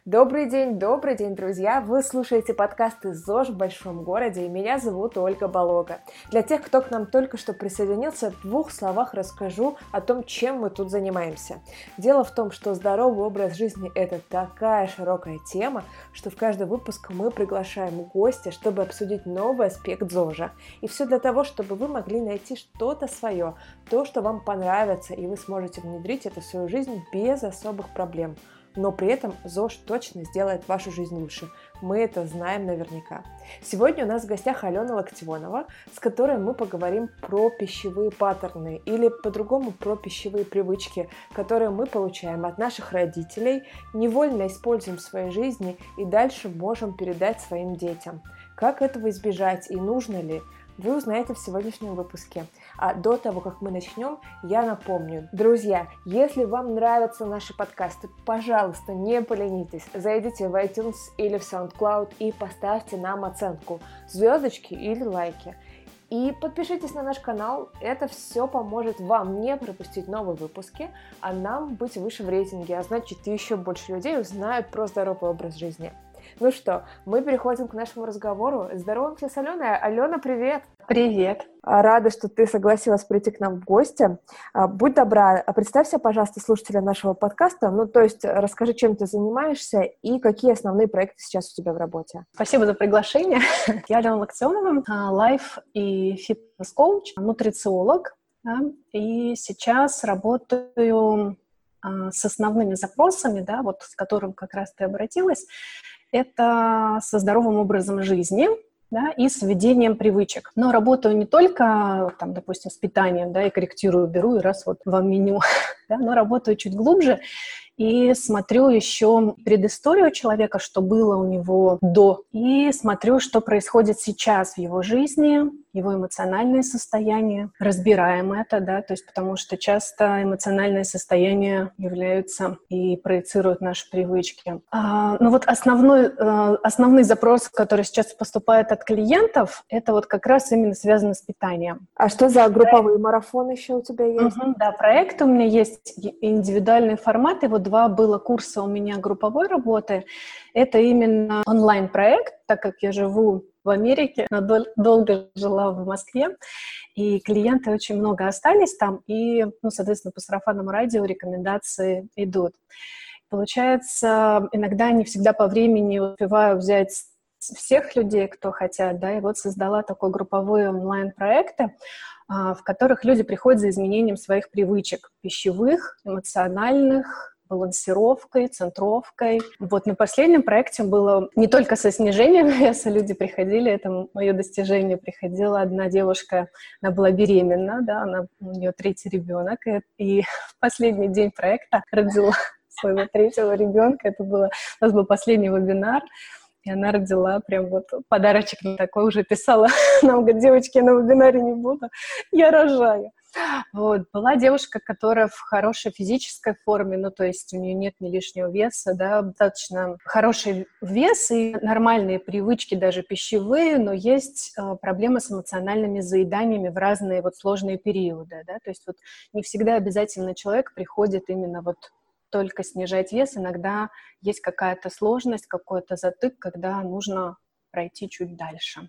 Добрый день, друзья! Вы слушаете подкасты ЗОЖ в большом городе, и меня зовут Ольга Болога. Для тех, кто к нам только что присоединился, в 2 словах расскажу о том, чем мы тут занимаемся. Дело в том, что здоровый образ жизни – это такая широкая тема, что в каждый выпуск мы приглашаем гостя, чтобы обсудить новый аспект ЗОЖа. И все для того, чтобы вы могли найти что-то свое, то, что вам понравится, и вы сможете внедрить это в свою жизнь без особых проблем. Но при этом ЗОЖ точно сделает вашу жизнь лучше. Мы это знаем наверняка. Сегодня у нас в гостях Алена Локтионова, с которой мы поговорим про пищевые паттерны или по-другому про пищевые привычки, которые мы получаем от наших родителей, невольно используем в своей жизни и дальше можем передать своим детям. Как этого избежать и нужно ли? Вы узнаете в сегодняшнем выпуске. А до того, как мы начнем, я напомню. Друзья, если вам нравятся наши подкасты, пожалуйста, не поленитесь. Зайдите в iTunes или в SoundCloud и поставьте нам оценку. Звездочки или лайки. И подпишитесь на наш канал. Это все поможет вам не пропустить новые выпуски, а нам быть выше в рейтинге. А значит, еще больше людей узнают про здоровый образ жизни. Ну что, мы переходим к нашему разговору. Здороваемся с Аленой. Алена, привет! Привет! Рада, что ты согласилась прийти к нам в гости. Будь добра, представься, пожалуйста, слушателя нашего подкаста. Расскажи, чем ты занимаешься и какие основные проекты сейчас у тебя в работе. Спасибо за приглашение. Я Алена Локтионова, лайф- и фитнес-коуч, нутрициолог. Да, и сейчас работаю с основными запросами, да, вот с которым как раз ты обратилась. Это со здоровым образом жизни, да, и с введением привычек. Но работаю не только, там, допустим, с питанием, да, и корректирую, беру и раз вот вам меню, да, но работаю чуть глубже и смотрю еще предысторию человека, что было у него до, и смотрю, что происходит сейчас в его жизни, его эмоциональное состояние, разбираем это, да, то есть потому что часто эмоциональное состояние являются и проецируют наши привычки. Основной запрос, который сейчас поступает от клиентов, это вот как раз именно связано с питанием. А что за групповые марафоны еще у тебя есть? Да, проект у меня есть, индивидуальный формат, его 2 было курса у меня групповой работы. Это именно онлайн-проект, так как я живу в Америке, но долго жила в Москве, и клиенты очень много остались там, и, соответственно, по сарафанному радио рекомендации идут. Получается, иногда не всегда по времени успеваю взять всех людей, кто хотят, да, и вот создала такой групповой онлайн-проекты, в которых люди приходят за изменением своих привычек пищевых, эмоциональных, балансировкой, центровкой. Вот на последнем проекте было не только со снижением веса люди приходили, это мое достижение. Приходила одна девушка, она была беременна, да, у нее 3-й ребенок, и в последний день проекта родила своего 3-го ребенка. Это у нас был последний вебинар. И она родила прям вот подарочек такой, уже писала нам, говорит, девочки, я на вебинаре не буду, я рожаю. Вот. Была девушка, которая в хорошей физической форме, то есть у нее нет ни лишнего веса, да, достаточно хороший вес и нормальные привычки, даже пищевые, но есть проблемы с эмоциональными заеданиями в разные вот сложные периоды, да, то есть вот не всегда обязательно человек приходит именно вот только снижать вес, иногда есть какая-то сложность, какой-то затык, когда нужно пройти чуть дальше.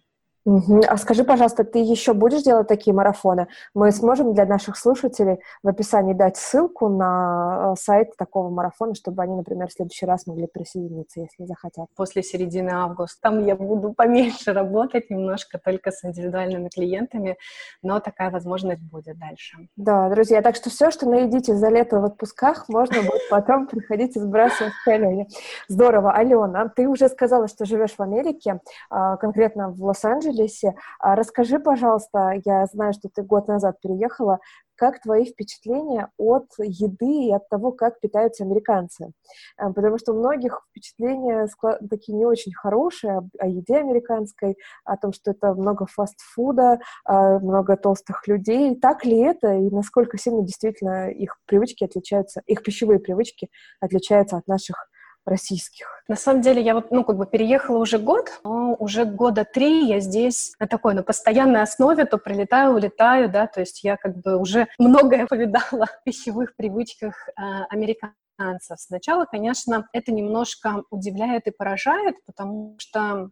А скажи, пожалуйста, ты еще будешь делать такие марафоны? Мы сможем для наших слушателей в описании дать ссылку на сайт такого марафона, чтобы они, например, в следующий раз могли присоединиться, если захотят. После середины августа. Там я буду поменьше работать, немножко только с индивидуальными клиентами, но такая возможность будет дальше. Да, друзья, так что все, что наедите за лето в отпусках, можно будет потом приходить и сбрасывать к Алене. Здорово. Алена, ты уже сказала, что живешь в Америке, конкретно в Лос-Анджелесе. Расскажи, пожалуйста, я знаю, что ты год назад переехала, как твои впечатления от еды и от того, как питаются американцы? Потому что у многих впечатления такие не очень хорошие о еде американской, о том, что это много фастфуда, много толстых людей. Так ли это и насколько сильно действительно их привычки отличаются, их пищевые привычки отличаются от наших российских? На самом деле я переехала уже год, но уже года 3 я здесь на постоянной основе, то прилетаю, улетаю, да, то есть я уже многое повидала в пищевых привычках американцев. американцев. Сначала, конечно, это немножко удивляет и поражает, потому что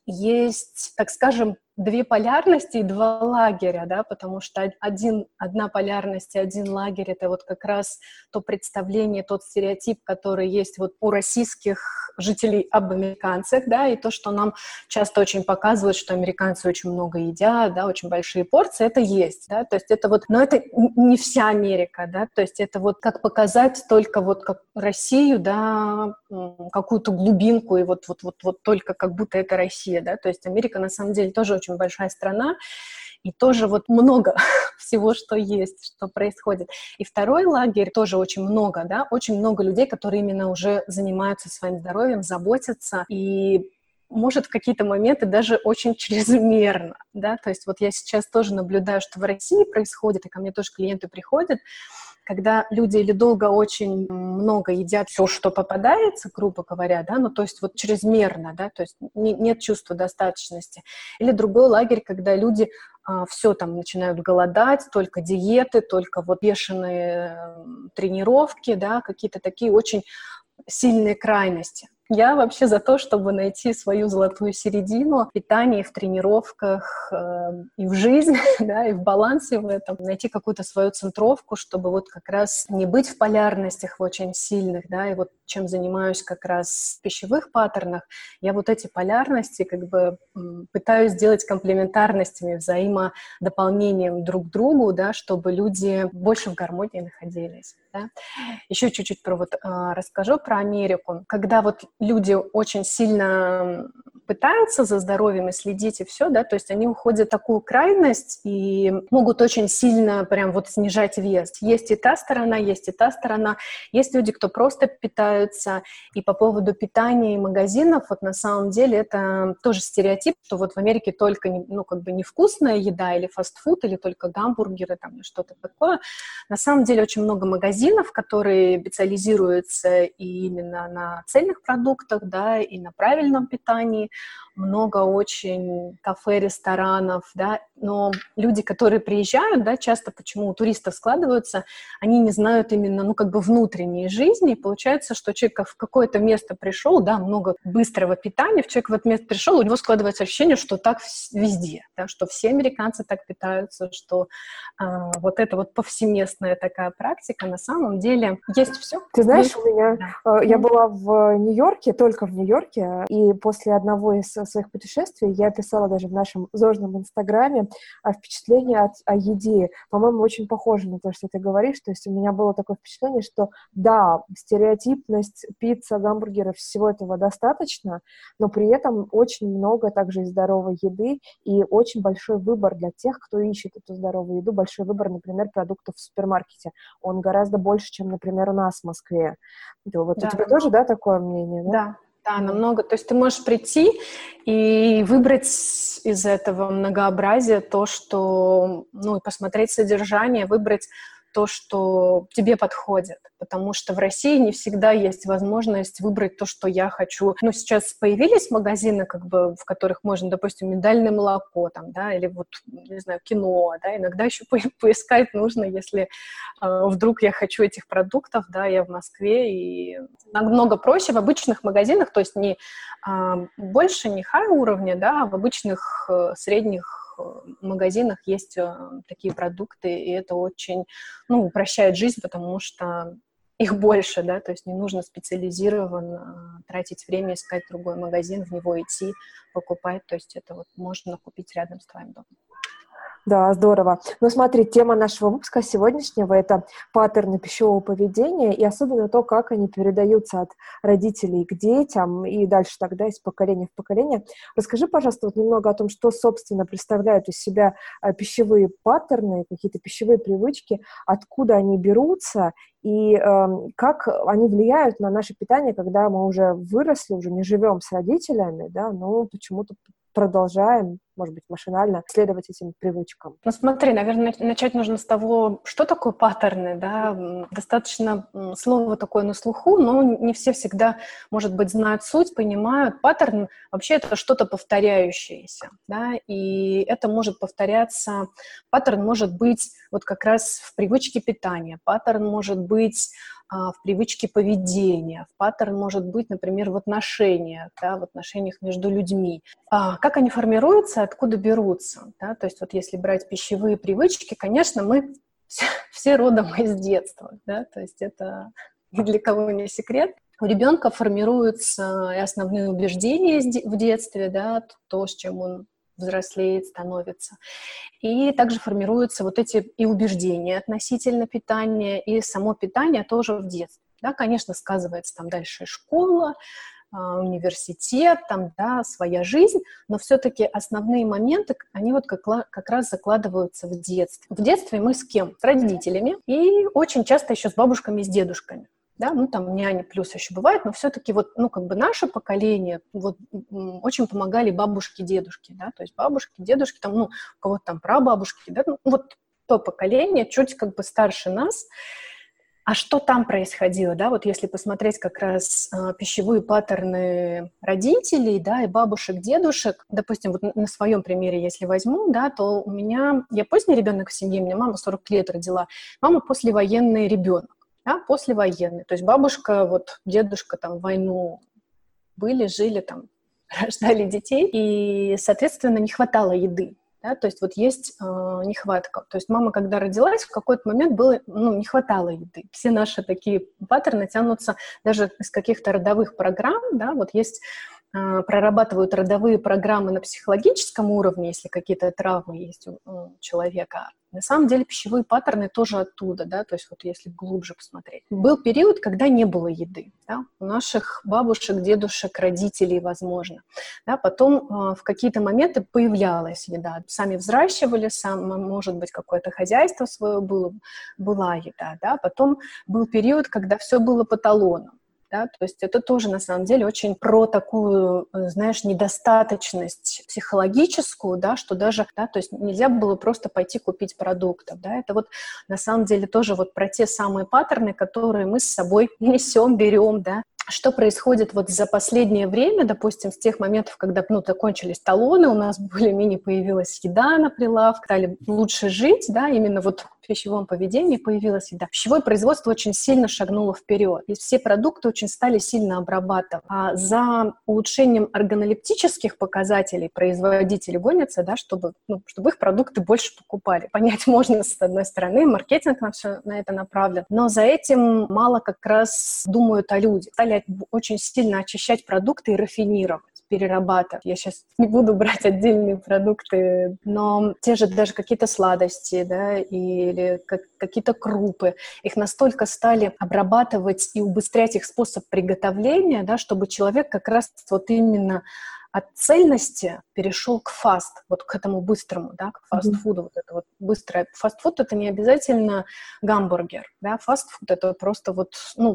есть, так скажем, две полярности и два лагеря, да, потому что одна полярность и один лагерь — это вот как раз то представление, тот стереотип, который есть вот у российских жителей об американцах, да, и то, что нам часто очень показывают, что американцы очень много едят, да, очень большие порции, это есть, да, то есть это вот, но это не вся Америка, да, то есть это вот как показать только вот как Россию, да, какую-то глубинку, и вот только как будто это Россия, да, то есть Америка на самом деле тоже очень большая страна, и тоже вот много всего, что есть, что происходит. И второй лагерь тоже очень много, да, очень много людей, которые именно уже занимаются своим здоровьем, заботятся, и может в какие-то моменты даже очень чрезмерно, да, то есть вот я сейчас тоже наблюдаю, что в России происходит, и ко мне тоже клиенты приходят, когда люди или долго очень много едят все, что попадается, грубо говоря, да, ну, то есть вот чрезмерно, да, то есть нет чувства достаточности. Или другой лагерь, когда люди все там начинают голодать, только диеты, только вот бешеные тренировки, да, какие-то такие очень сильные крайности. Я вообще за то, чтобы найти свою золотую середину в питании, в тренировках и в жизни, да, и в балансе в этом. Найти какую-то свою центровку, чтобы вот как раз не быть в полярностях очень сильных, да, и вот чем занимаюсь как раз в пищевых паттернах, я вот эти полярности как бы пытаюсь сделать комплементарностями, взаимодополнением друг к другу, да, чтобы люди больше в гармонии находились, да. Еще чуть-чуть расскажу про Америку. Когда вот люди очень сильно пытаются за здоровьем и следить, и все, да, то есть они уходят в такую крайность и могут очень сильно прям вот снижать вес. Есть и та сторона, есть и та сторона. Есть люди, кто просто питаются. И по поводу питания и магазинов, вот на самом деле это тоже стереотип, что вот в Америке только, ну, как бы невкусная еда или фастфуд, или только гамбургеры, там, или что-то такое. На самом деле очень много магазинов, которые специализируются и именно на цельных продуктах, да, и на правильном питании. Много очень кафе, ресторанов, да, но люди, которые приезжают, да, часто почему у туристов складываются, они не знают именно, ну, как бы внутренней жизни, и получается, что человек в какое-то место пришел, да, много быстрого питания, человек в это место пришел, у него складывается ощущение, что так везде, да, что все американцы так питаются, что вот это вот повсеместная такая практика, на самом деле есть все. Ты знаешь, у меня, я была в Нью-Йорке, только в Нью-Йорке, и после одного из своих путешествий я писала даже в нашем ЗОЖном инстаграме впечатление о еде. По-моему, очень похоже на то, что ты говоришь. То есть у меня было такое впечатление, что да, стереотипность, пицца, гамбургеры, всего этого достаточно, но при этом очень много также и здоровой еды, и очень большой выбор для тех, кто ищет эту здоровую еду, большой выбор, например, продуктов в супермаркете. Он гораздо больше, чем, например, у нас в Москве. Да, вот да. У тебя тоже, да, такое мнение? Да? Да, намного. То есть ты можешь прийти и выбрать из этого многообразия то, что, ну, и посмотреть содержание, выбрать то, что тебе подходит, потому что в России не всегда есть возможность выбрать то, что я хочу. Ну, сейчас появились магазины, как бы, в которых можно, допустим, миндальное молоко, там, да, или вот, не знаю, киноа, да, иногда еще поискать нужно, если вдруг я хочу этих продуктов, да, я в Москве, и намного проще в обычных магазинах, то есть не больше не хай уровня, да, а в обычных средних магазинах есть такие продукты, и это очень, ну, упрощает жизнь, потому что их больше, да, то есть не нужно специализированно тратить время, искать другой магазин, в него идти, покупать, то есть это вот можно купить рядом с твоим домом. Да, здорово. Ну, смотри, тема нашего выпуска сегодняшнего – это паттерны пищевого поведения, и особенно то, как они передаются от родителей к детям и дальше тогда из поколения в поколение. Расскажи, пожалуйста, вот немного о том, что, собственно, представляют из себя пищевые паттерны, какие-то пищевые привычки, откуда они берутся и как они влияют на наше питание, когда мы уже выросли, уже не живем с родителями, да, но почему-то продолжаем может быть, машинально следовать этим привычкам? Ну, смотри, наверное, начать нужно с того, что такое паттерны, да, достаточно слово такое на слуху, но не все всегда, может быть, знают суть, понимают. Паттерн вообще это что-то повторяющееся, да, и это может повторяться, паттерн может быть вот как раз в привычке питания, паттерн может быть в привычке поведения, паттерн может быть, например, в отношениях, да, в отношениях между людьми. Как они формируются, откуда берутся? Да? То есть вот если брать пищевые привычки, конечно, мы все родом из детства, да? То есть это ни для кого не секрет. У ребенка формируются и основные убеждения в детстве, да, то, с чем он взрослеет, становится. И также формируются вот эти и убеждения относительно питания, и само питание тоже в детстве. Да, конечно, сказывается там дальше школа, университет, там, да, своя жизнь, но все-таки основные моменты, они вот как раз закладываются в детстве. В детстве мы с кем? С родителями и очень часто еще с бабушками и с дедушками. Да, ну, там няни плюс еще бывает, но все-таки вот, ну, как бы наше поколение, вот, очень помогали бабушки, дедушки, да, то есть бабушки, дедушки, там, ну, у кого-то там прабабушки, да, ну, вот то поколение, чуть как бы старше нас. А что там происходило, да, вот если посмотреть как раз пищевые паттерны родителей, да, и бабушек, дедушек, допустим, вот на своем примере, если возьму, да, то я поздний ребенок в семье, у меня мама 40 лет родила, мама послевоенный ребенок. Да, послевоенный. То есть бабушка, вот дедушка там в войну были, жили там, рождали детей, и, соответственно, не хватало еды. Да, то есть вот есть нехватка. То есть мама, когда родилась, в какой-то момент было, не хватало еды. Все наши такие паттерны тянутся даже из каких-то родовых программ. Да, вот есть, прорабатывают родовые программы на психологическом уровне, если какие-то травмы есть у человека. На самом деле пищевые паттерны тоже оттуда, да, то есть вот если глубже посмотреть. Был период, когда не было еды, да, у наших бабушек, дедушек, родителей, возможно. Да, потом в какие-то моменты появлялась еда. Сами взращивали, может быть, какое-то хозяйство свое было, была еда, да. Потом был период, когда все было по талонам. Да, то есть это тоже, на самом деле, очень про такую, знаешь, недостаточность психологическую, да, что даже, да, то есть нельзя было просто пойти купить продуктов, да, это вот, на самом деле, тоже вот про те самые паттерны, которые мы с собой несем, берем, да. Что происходит вот за последнее время, допустим, с тех моментов, когда, закончились талоны, у нас более-менее появилась еда на прилавках, стали лучше жить, да, именно вот в пищевом поведении появилась еда. Пищевое производство очень сильно шагнуло вперед, и все продукты очень стали сильно обрабатывать. А за улучшением органолептических показателей производители гонятся, да, чтобы их продукты больше покупали. Понять можно, с одной стороны, маркетинг на все на это направлен, но за этим мало как раз думают о людях. Стали очень сильно очищать продукты и рафинировать, перерабатывать. Я сейчас не буду брать отдельные продукты, но те же даже какие-то сладости, да, или какие-то крупы, их настолько стали обрабатывать и убыстрять их способ приготовления, да, чтобы человек как раз вот именно от цельности перешел к фаст, вот к этому быстрому, да, к фастфуду. Вот это вот быстрое. Фастфуд — это не обязательно гамбургер, да, фастфуд — это просто вот,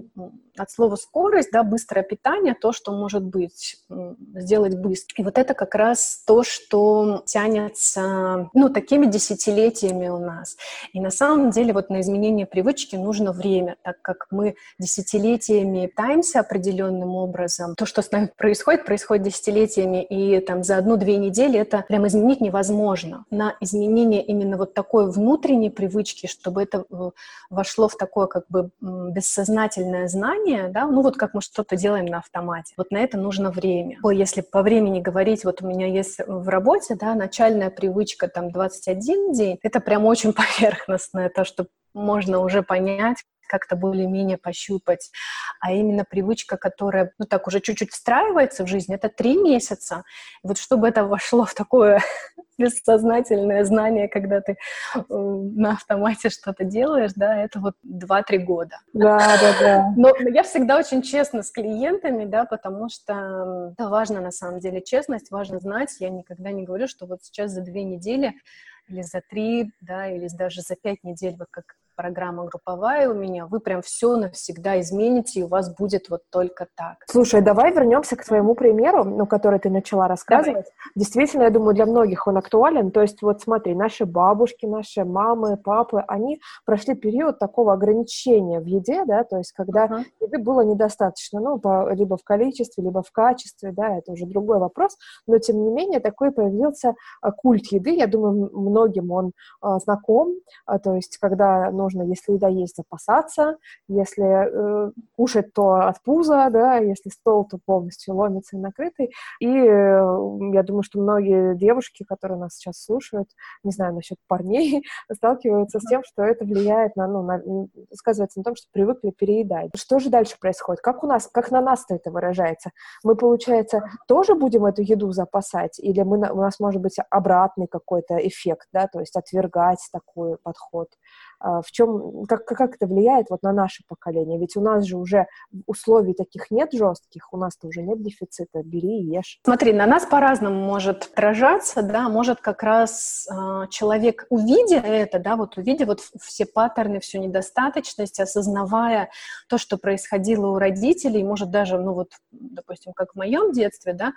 от слова скорость, да, быстрое питание, то, что может быть, сделать быстро. И вот это как раз то, что тянется, такими десятилетиями у нас. И на самом деле вот на изменение привычки нужно время, так как мы десятилетиями питаемся определенным образом. То, что с нами происходит десятилетиями, и там за 1-2 недели это прям изменить невозможно. На изменение именно вот такой внутренней привычки, чтобы это вошло в такое как бы бессознательное знание, да, вот как мы что-то делаем на автомате. Вот на это нужно время. Если по времени говорить, вот у меня есть в работе, да, начальная привычка там 21 день, это прям очень поверхностное, то, что можно уже понять, как-то более-менее пощупать. А именно привычка, которая, так уже чуть-чуть встраивается в жизнь, это 3 месяца. Вот чтобы это вошло в такое бессознательное знание, когда ты на автомате что-то делаешь, да, это вот 2-3 года. Да. Но я всегда очень честна с клиентами, да, потому что это важно на самом деле, честность, важно знать. Я никогда не говорю, что вот сейчас за 2 недели или за 3, да, или даже за 5 недель, вот как программа групповая у меня, вы прям все навсегда измените, и у вас будет вот только так. Слушай, давай вернемся к твоему примеру, ну, который ты начала рассказывать. Давай. Действительно, я думаю, для многих он актуален. То есть вот смотри, наши бабушки, наши мамы, папы, они прошли период такого ограничения в еде, да, то есть когда еды было недостаточно, ну, либо в количестве, либо в качестве, да, это уже другой вопрос, но тем не менее такой появился культ еды, я думаю, многим он знаком, то есть когда нужно, если еда есть, запасаться, если кушать, то от пуза, да, если стол, то полностью ломится и накрытый, и я думаю, что многие девушки, которые нас сейчас слушают, не знаю, насчет парней, сталкиваются с тем, что это влияет сказывается на том, что привыкли переедать. Что же дальше происходит? Как на нас-то это выражается? Мы, получается, тоже будем эту еду запасать? Или у нас может быть обратный какой-то эффект, да, то есть отвергать такой подход? Как это влияет вот на наше поколение? Ведь у нас же уже условий таких нет жестких, у нас-то уже нет дефицита, бери и ешь. Смотри, на нас по-разному может отражаться, да, может как раз человек, увидя это, да, вот увидя вот все паттерны, всю недостаточность, осознавая то, что происходило у родителей, может даже, ну вот, допустим, как в моем детстве, да,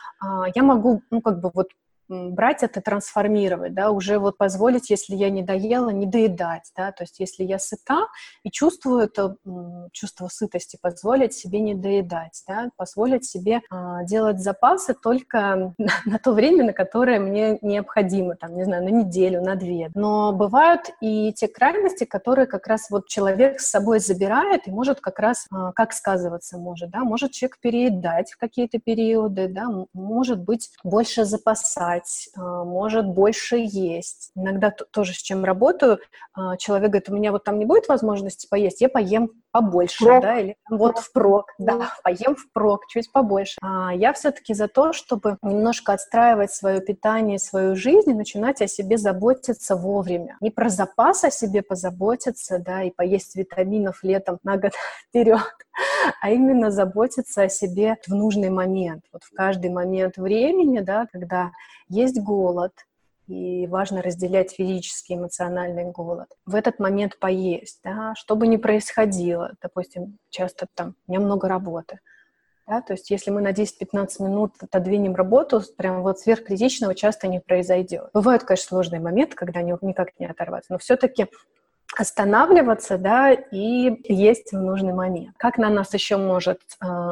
я могу, ну как бы вот брать это, трансформировать, да, уже вот позволить, если я не доела, не доедать, да, то есть если я сыта и чувствую это чувство сытости, позволить себе не доедать, да, позволить себе делать запасы только на то время, на которое мне необходимо, там, не знаю, на неделю, на 2. Но бывают и те крайности, которые как раз вот человек с собой забирает и может как раз, как сказываться может, да, может человек переедать в какие-то периоды, да, может быть больше запасать, может больше есть. Иногда тоже с чем работаю, человек говорит, у меня вот там не будет возможности поесть, я поем побольше, да, или вот впрок, да, поем впрок, чуть побольше. Я все-таки за то, чтобы немножко отстраивать свое питание, свою жизнь и начинать о себе заботиться вовремя. Не про запас о себе позаботиться, да, и поесть витаминов летом на год вперед, а именно заботиться о себе в нужный момент, вот в каждый момент времени, да, когда есть голод, и важно разделять физический и эмоциональный голод. В этот момент поесть, да, что бы ни происходило, допустим, часто там у меня много работы, да, то есть если мы на 10-15 минут отодвинем работу, прям вот сверхкритичного часто не произойдет. Бывают, конечно, сложные моменты, когда никак не оторваться, но все-таки останавливаться, да, и есть в нужный момент. Как на нас еще может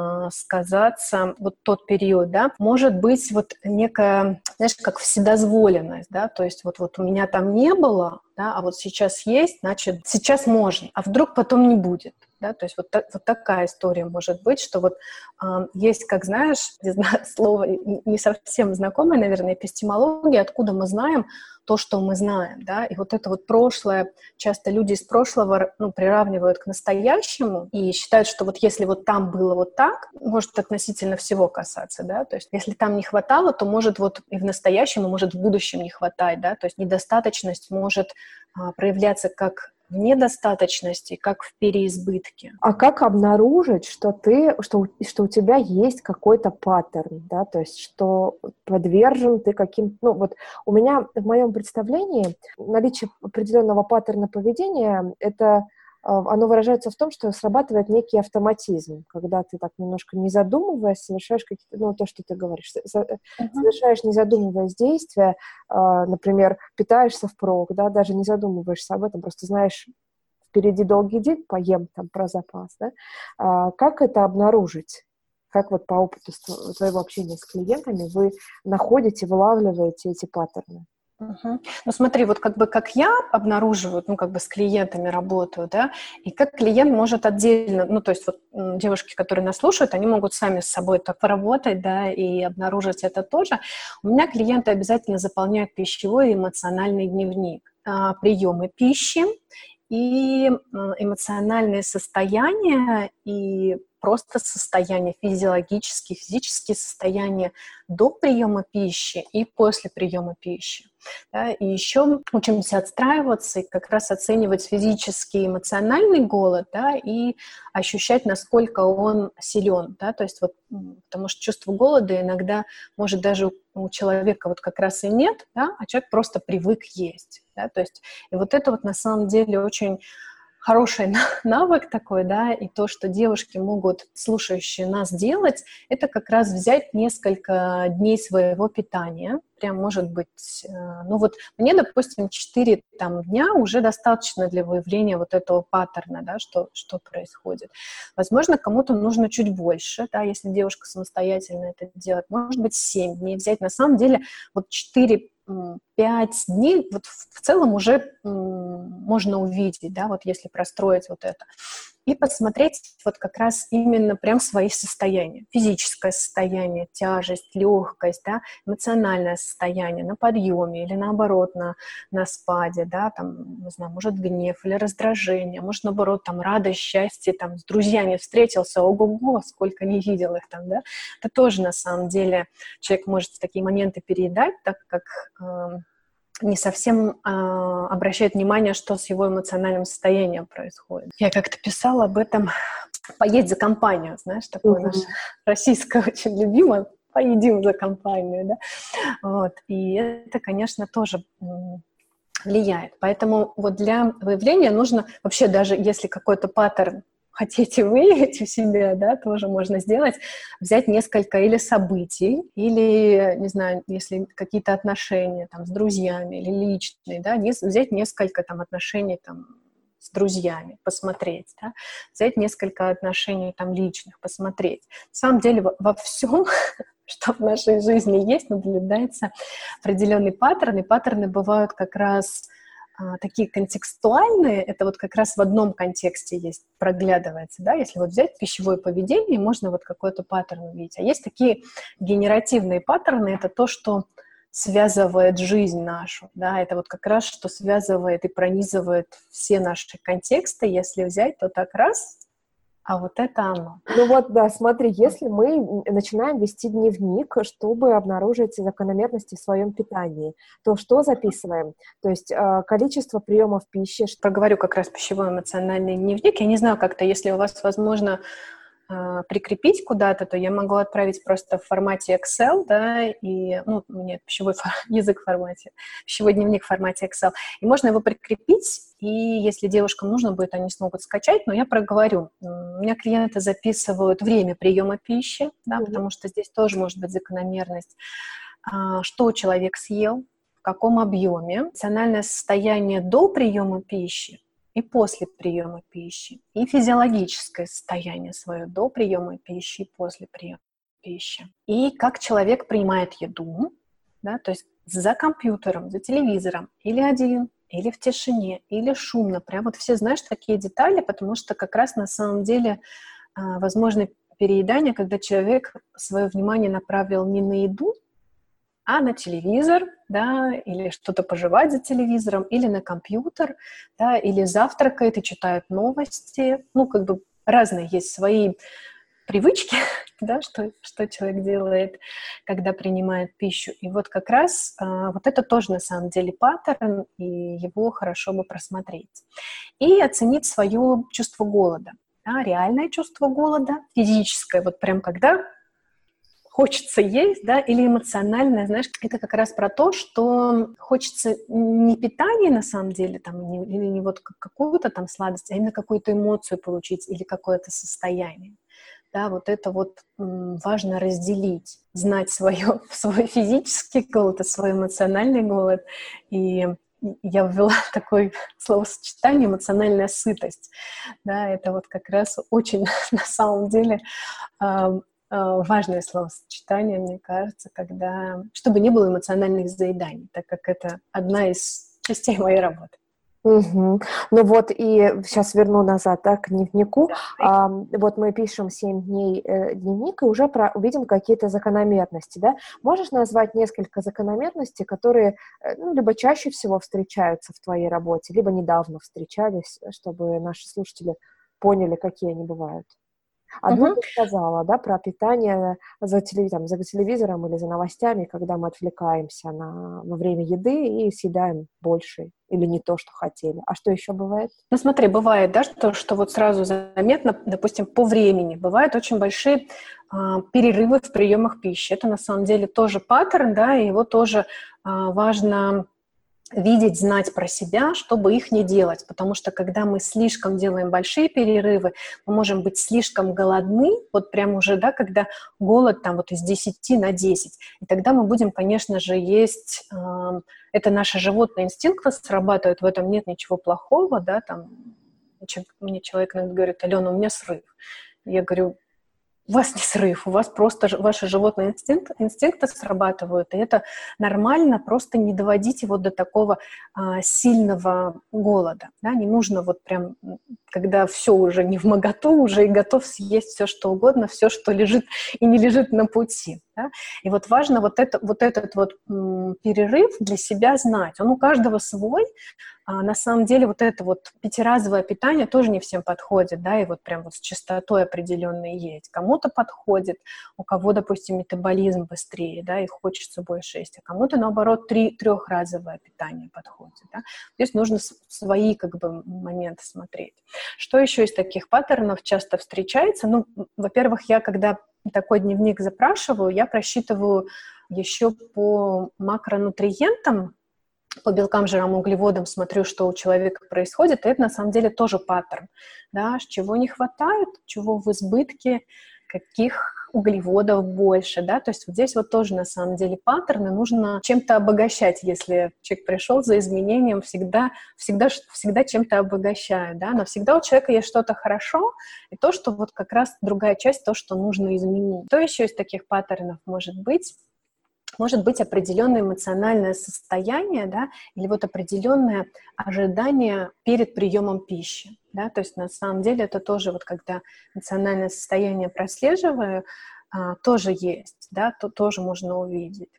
сказаться вот тот период, да? Может быть вот некая, знаешь, как вседозволенность, да, то есть вот у меня там не было, да, а вот сейчас есть, значит, сейчас можно, а вдруг потом не будет. Да, то есть вот такая история может быть, что вот есть, как знаешь, не знаю, слово не совсем знакомое, наверное, эпистемология, откуда мы знаем то, что мы знаем, да, и вот это вот прошлое, часто люди из прошлого, ну, приравнивают к настоящему и считают, что вот если вот там было вот так, может относительно всего касаться, да, то есть если там не хватало, то может вот и в настоящем, и может в будущем не хватать, да, то есть недостаточность может проявляться как в недостаточности, как в переизбытке. А как обнаружить, что у тебя есть какой-то паттерн, да, то есть что подвержен ты каким-то... Ну, вот у меня, в моем представлении, наличие определенного паттерна поведения, оно выражается в том, что срабатывает некий автоматизм, когда ты так немножко не задумываясь совершаешь какие-то, ну, то, что ты говоришь, совершаешь не задумываясь действия, например, питаешься впрок, да, даже не задумываешься об этом, просто знаешь, впереди долгий день, поем там про запас, да, как это обнаружить? Как вот по опыту твоего общения с клиентами вы находите, вылавливаете эти паттерны? Ну смотри, вот как я обнаруживаю, ну как бы с клиентами работаю, да, и как клиент может отдельно, ну то есть вот девушки, которые нас слушают, они могут сами с собой так поработать, да, и обнаружить это тоже. У меня клиенты обязательно заполняют пищевой и эмоциональный дневник, приемы пищи и эмоциональное состояние, и просто состояние физические состояния до приема пищи и после приема пищи. Да, и еще учимся отстраиваться и как раз оценивать физический и эмоциональный голод, да, и ощущать, насколько он силен. Да, то есть вот, потому что чувство голода иногда может даже у человека вот как раз и нет, да, а человек просто привык есть. Да, то есть, и вот это вот на самом деле очень хороший навык такой, да, и то, что девушки могут, слушающие нас, делать, это как раз взять несколько дней своего питания, прям может быть, ну вот мне, допустим, 4 дня уже достаточно для выявления вот этого паттерна, да, что происходит. Возможно, кому-то нужно чуть больше, да, если девушка самостоятельно это делает, может быть, 7 дней взять. На самом деле вот 4-5 дней вот в целом уже можно увидеть, да, вот если простроить вот это. И посмотреть вот как раз именно прям свои состояния. Физическое состояние, тяжесть, легкость, да, эмоциональное состояние на подъеме или наоборот на спаде, да, там, не знаю, может гнев или раздражение, может наоборот там радость, счастье, там с друзьями встретился, ого-го, сколько не видел их там, да. Это тоже на самом деле человек может в такие моменты переедать, так как не совсем обращает внимание, что с его эмоциональным состоянием происходит. Я как-то писала об этом «поесть за компанию», знаешь, такое наше российское очень любимое «поедим за компанию», да? Вот. И это, конечно, тоже влияет. Поэтому вот для выявления нужно вообще, даже если какой-то паттерн хотите выявить у себя, да, тоже можно сделать, взять несколько или событий, или, не знаю, если какие-то отношения там с друзьями или личные, да, взять несколько там отношений там с друзьями, посмотреть, да, взять несколько отношений там личных, посмотреть. На самом деле во всем, что в нашей жизни есть, наблюдается определенный паттерн, и паттерны бывают как раз такие контекстуальные, это вот как раз в одном контексте есть, проглядывается, да, если вот взять пищевое поведение, можно вот какой-то паттерн увидеть. А есть такие генеративные паттерны, это то, что связывает жизнь нашу, да, это вот как раз, что связывает и пронизывает все наши контексты, если взять, то так раз, а вот это оно. Ну вот, да, смотри, если мы начинаем вести дневник, чтобы обнаружить закономерности в своем питании, то что записываем? То есть количество приемов пищи. Проговорю как раз пищевой эмоциональный дневник. Я не знаю, как-то, если у вас, возможно, прикрепить куда-то, то я могу отправить просто в формате Excel, да, и, ну, у меня пищевой язык в формате, пищевой дневник в формате Excel, и можно его прикрепить, и если девушкам нужно будет, они смогут скачать, но я проговорю. У меня клиенты записывают время приема пищи, да, потому что здесь тоже может быть закономерность, что человек съел, в каком объеме, эмоциональное состояние до приема пищи, и после приема пищи, и физиологическое состояние свое до приема пищи и после приема пищи. И как человек принимает еду, да, то есть за компьютером, за телевизором, или один, или в тишине, или шумно. Прям вот все, знаешь, такие детали, потому что как раз на самом деле возможно переедание, когда человек свое внимание направил не на еду, а на телевизор, да, или что-то пожевать за телевизором, или на компьютер, да, или завтракает и читает новости. Ну, как бы разные есть свои привычки, да, что человек делает, когда принимает пищу. И вот как раз вот это тоже на самом деле паттерн, и его хорошо бы просмотреть. И оценить свое чувство голода. Да, реальное чувство голода, физическое, вот прям когда хочется есть, да, или эмоциональное, знаешь, это как раз про то, что хочется не питание на самом деле, там, или не вот какую-то там сладость, а именно какую-то эмоцию получить или какое-то состояние. Да, вот это вот важно разделить, знать свой физический голод и свой эмоциональный голод. И я ввела такое словосочетание «эмоциональная сытость». Да, это вот как раз очень на самом деле важное словосочетание, мне кажется, чтобы не было эмоциональных заеданий, так как это одна из частей моей работы. Угу. Ну вот, и сейчас верну назад, да, к дневнику. Вот мы пишем 7 дней дневник и уже увидим какие-то закономерности, да? Можешь назвать несколько закономерностей, которые, ну, либо чаще всего встречаются в твоей работе, либо недавно встречались, чтобы наши слушатели поняли, какие они бывают? Одно ты сказала, да, про питание за телевизором или за новостями, когда мы отвлекаемся во время еды и съедаем больше или не то, что хотели. А что еще бывает? Ну, смотри, бывает, да, что вот сразу заметно, допустим, по времени. Бывают очень большие перерывы в приемах пищи. Это на самом деле тоже паттерн, да, и его тоже важно видеть, знать про себя, чтобы их не делать. Потому что когда мы слишком делаем большие перерывы, мы можем быть слишком голодны, вот прям уже, да, когда голод там вот из 10 на 10. И тогда мы будем, конечно же, есть... это наши животные инстинкты срабатывают, в этом нет ничего плохого, да, там... Мне человек иногда говорит: Алена, у меня срыв. Я говорю: у вас не срыв, у вас просто ваши животные инстинкты срабатывают, и это нормально, просто не доводить его до такого сильного голода. Да? Не нужно вот прям, когда все уже не вмоготу, уже и готов съесть все, что угодно, все, что лежит и не лежит на пути. Да? И вот важно вот этот перерыв для себя знать. Он у каждого свой. На самом деле вот это вот пятиразовое питание тоже не всем подходит, да, и вот прям вот с частотой определенной есть. Кому-то подходит, у кого, допустим, метаболизм быстрее, да, и хочется больше есть, а кому-то, наоборот, трехразовое питание подходит, да. Здесь нужно свои, как бы, моменты смотреть. Что еще из таких паттернов часто встречается? Ну, во-первых, я, когда такой дневник запрашиваю, я просчитываю еще по макронутриентам, по белкам, жирам, углеводам, смотрю, что у человека происходит, и это на самом деле тоже паттерн, да, чего не хватает, чего в избытке, каких углеводов больше, да, то есть вот здесь вот тоже на самом деле паттерны нужно чем-то обогащать, если человек пришел за изменением, всегда чем-то обогащаю, да, но всегда у человека есть что-то хорошо, и то, что вот как раз другая часть, то, что нужно изменить. Что еще из таких паттернов может быть? Может быть определенное эмоциональное состояние, да, или вот определенное ожидание перед приемом пищи. Да, то есть на самом деле это тоже вот когда эмоциональное состояние прослеживаю, тоже есть, да, то тоже можно увидеть.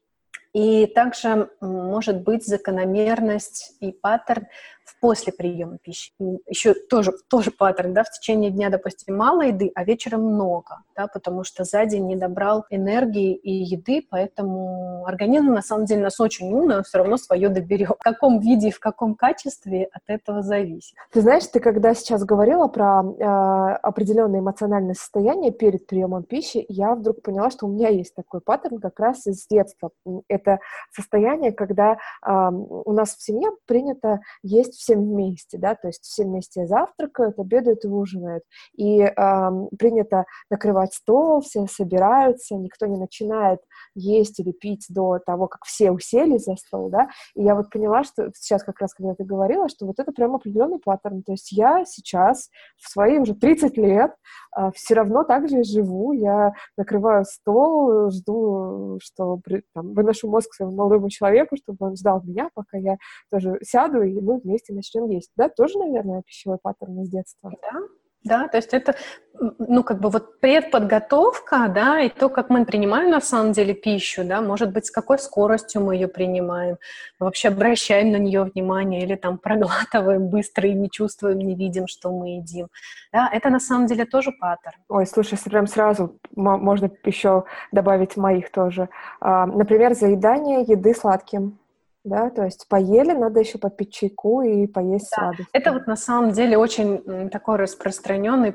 И также может быть закономерность и паттерн после приема пищи. И еще тоже паттерн, да, в течение дня, допустим, мало еды, а вечером много, да, потому что за день не добрал энергии и еды, поэтому организм, на самом деле, нас очень умный, он все равно свое доберет. В каком виде и в каком качестве от этого зависит. Ты знаешь, ты когда сейчас говорила про определенное эмоциональное состояние перед приемом пищи, я вдруг поняла, что у меня есть такой паттерн как раз из детства. Это состояние, когда у нас в семье принято есть всем вместе, да, то есть все вместе завтракают, обедают и ужинают. И принято накрывать стол, все собираются, никто не начинает есть или пить до того, как все уселись за стол, да. И я вот поняла, что сейчас как раз, когда ты говорила, что вот это прям определенный паттерн. То есть я сейчас в свои уже 30 лет все равно так же живу. Я накрываю стол, жду, что выношу мозг своему молодому человеку, чтобы он ждал меня, пока я тоже сяду, и мы вместе начнем есть. Да, тоже, наверное, пищевой паттерн из детства. Да, то есть это, ну, как бы вот предподготовка, да, и то, как мы принимаем на самом деле пищу, да, может быть, с какой скоростью мы ее принимаем, мы вообще обращаем на нее внимание или там проглатываем быстро и не чувствуем, не видим, что мы едим. Да, это на самом деле тоже паттерн. Ой, слушай, прям сразу можно еще добавить моих тоже. Например, заедание еды сладким. Да, то есть поели, надо еще попить чайку и поесть сладости. Это вот на самом деле очень такой распространенный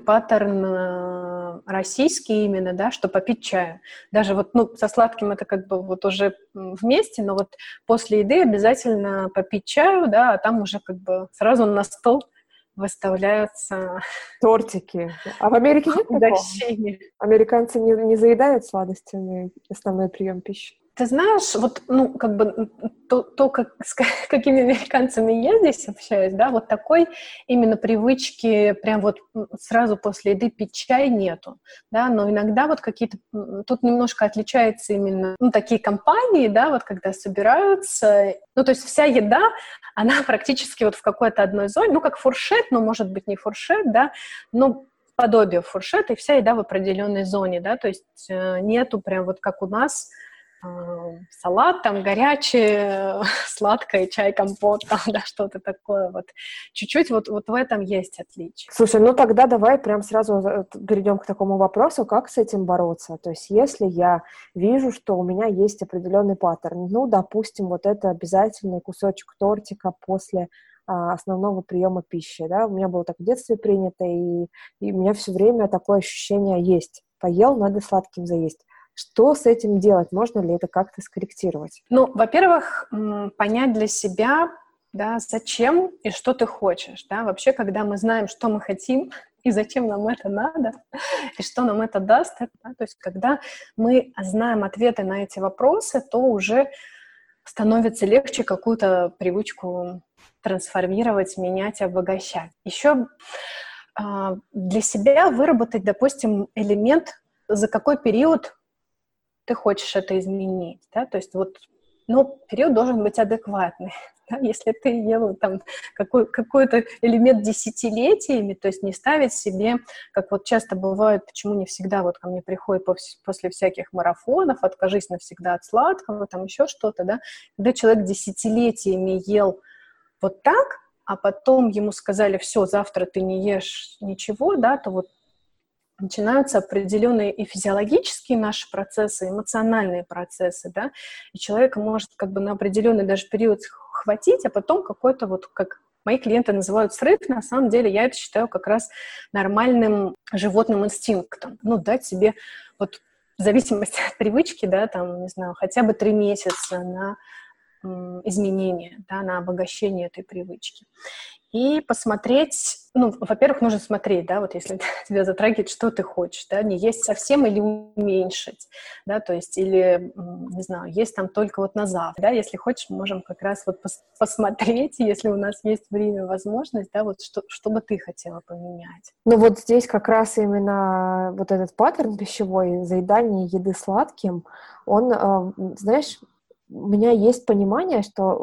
паттерн российский именно, да, что попить чаю. Даже вот, ну, со сладким это как бы вот уже вместе, но вот после еды обязательно попить чаю, да, а там уже как бы сразу на стол выставляются тортики. А в Америке нет такого? Американцы не заедают сладостями основной прием пищи. Ты знаешь, вот, ну, как бы с какими американцами я здесь общаюсь, да, вот такой именно привычки прям вот сразу после еды пить чай нету, да, но иногда вот какие-то, тут немножко отличается именно, ну, такие компании, да, вот когда собираются, ну, то есть вся еда, она практически вот в какой-то одной зоне, ну, как фуршет, но может быть не фуршет, да, но подобие фуршета, и вся еда в определенной зоне, да, то есть нету прям вот как у нас салат там горячий, сладкое, чай, компот, там, да, что-то такое вот. Чуть-чуть вот в этом есть отличие. Слушай, ну тогда давай прям сразу перейдем к такому вопросу, как с этим бороться. То есть если я вижу, что у меня есть определенный паттерн, ну, допустим, вот это обязательный кусочек тортика после основного приема пищи, да, у меня было так в детстве принято, и у меня все время такое ощущение есть. Поел, надо сладким заесть. Что с этим делать? Можно ли это как-то скорректировать? Ну, во-первых, понять для себя, да, зачем и что ты хочешь, да, вообще, когда мы знаем, что мы хотим и зачем нам это надо, и что нам это даст, да, то есть когда мы знаем ответы на эти вопросы, то уже становится легче какую-то привычку трансформировать, менять, обогащать. Еще для себя выработать, допустим, элемент, за какой период ты хочешь это изменить, да, то есть вот, ну, период должен быть адекватный, да? Если ты ел там какой-то элемент десятилетиями, то есть не ставить себе, как вот часто бывает, почему не всегда вот ко мне приходят после всяких марафонов, откажись навсегда от сладкого, там еще что-то, да, когда человек десятилетиями ел вот так, а потом ему сказали, все, завтра ты не ешь ничего, да, то вот начинаются определенные и физиологические наши процессы, эмоциональные процессы, да, и человека может как бы на определенный даже период хватить, а потом какой-то вот, как мои клиенты называют срыв, на самом деле я это считаю как раз нормальным животным инстинктом. Ну, дать себе вот в зависимости от привычки, да, там, не знаю, хотя бы 3 месяца на изменение, да, на обогащение этой привычки. И посмотреть, ну, во-первых, нужно смотреть, да, вот если тебя затрагивает, что ты хочешь, да, не есть совсем или уменьшить, да, то есть, или, не знаю, есть там только вот на завтра, да, если хочешь, можем как раз вот посмотреть, если у нас есть время, возможность, да, вот что бы ты хотела поменять. Ну вот здесь как раз именно вот этот паттерн пищевой, заедание еды сладким, он, знаешь, у меня есть понимание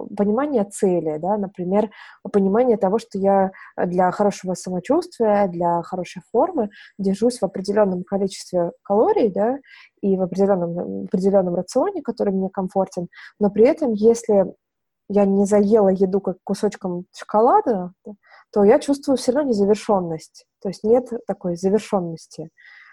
цели, да, например, понимание того, что я для хорошего самочувствия, для хорошей формы держусь в определенном количестве калорий, да, и в определенном рационе, который мне комфортен, но при этом, если я не заела еду как кусочком шоколада, да, то я чувствую все равно незавершенность, то есть нет такой завершенности.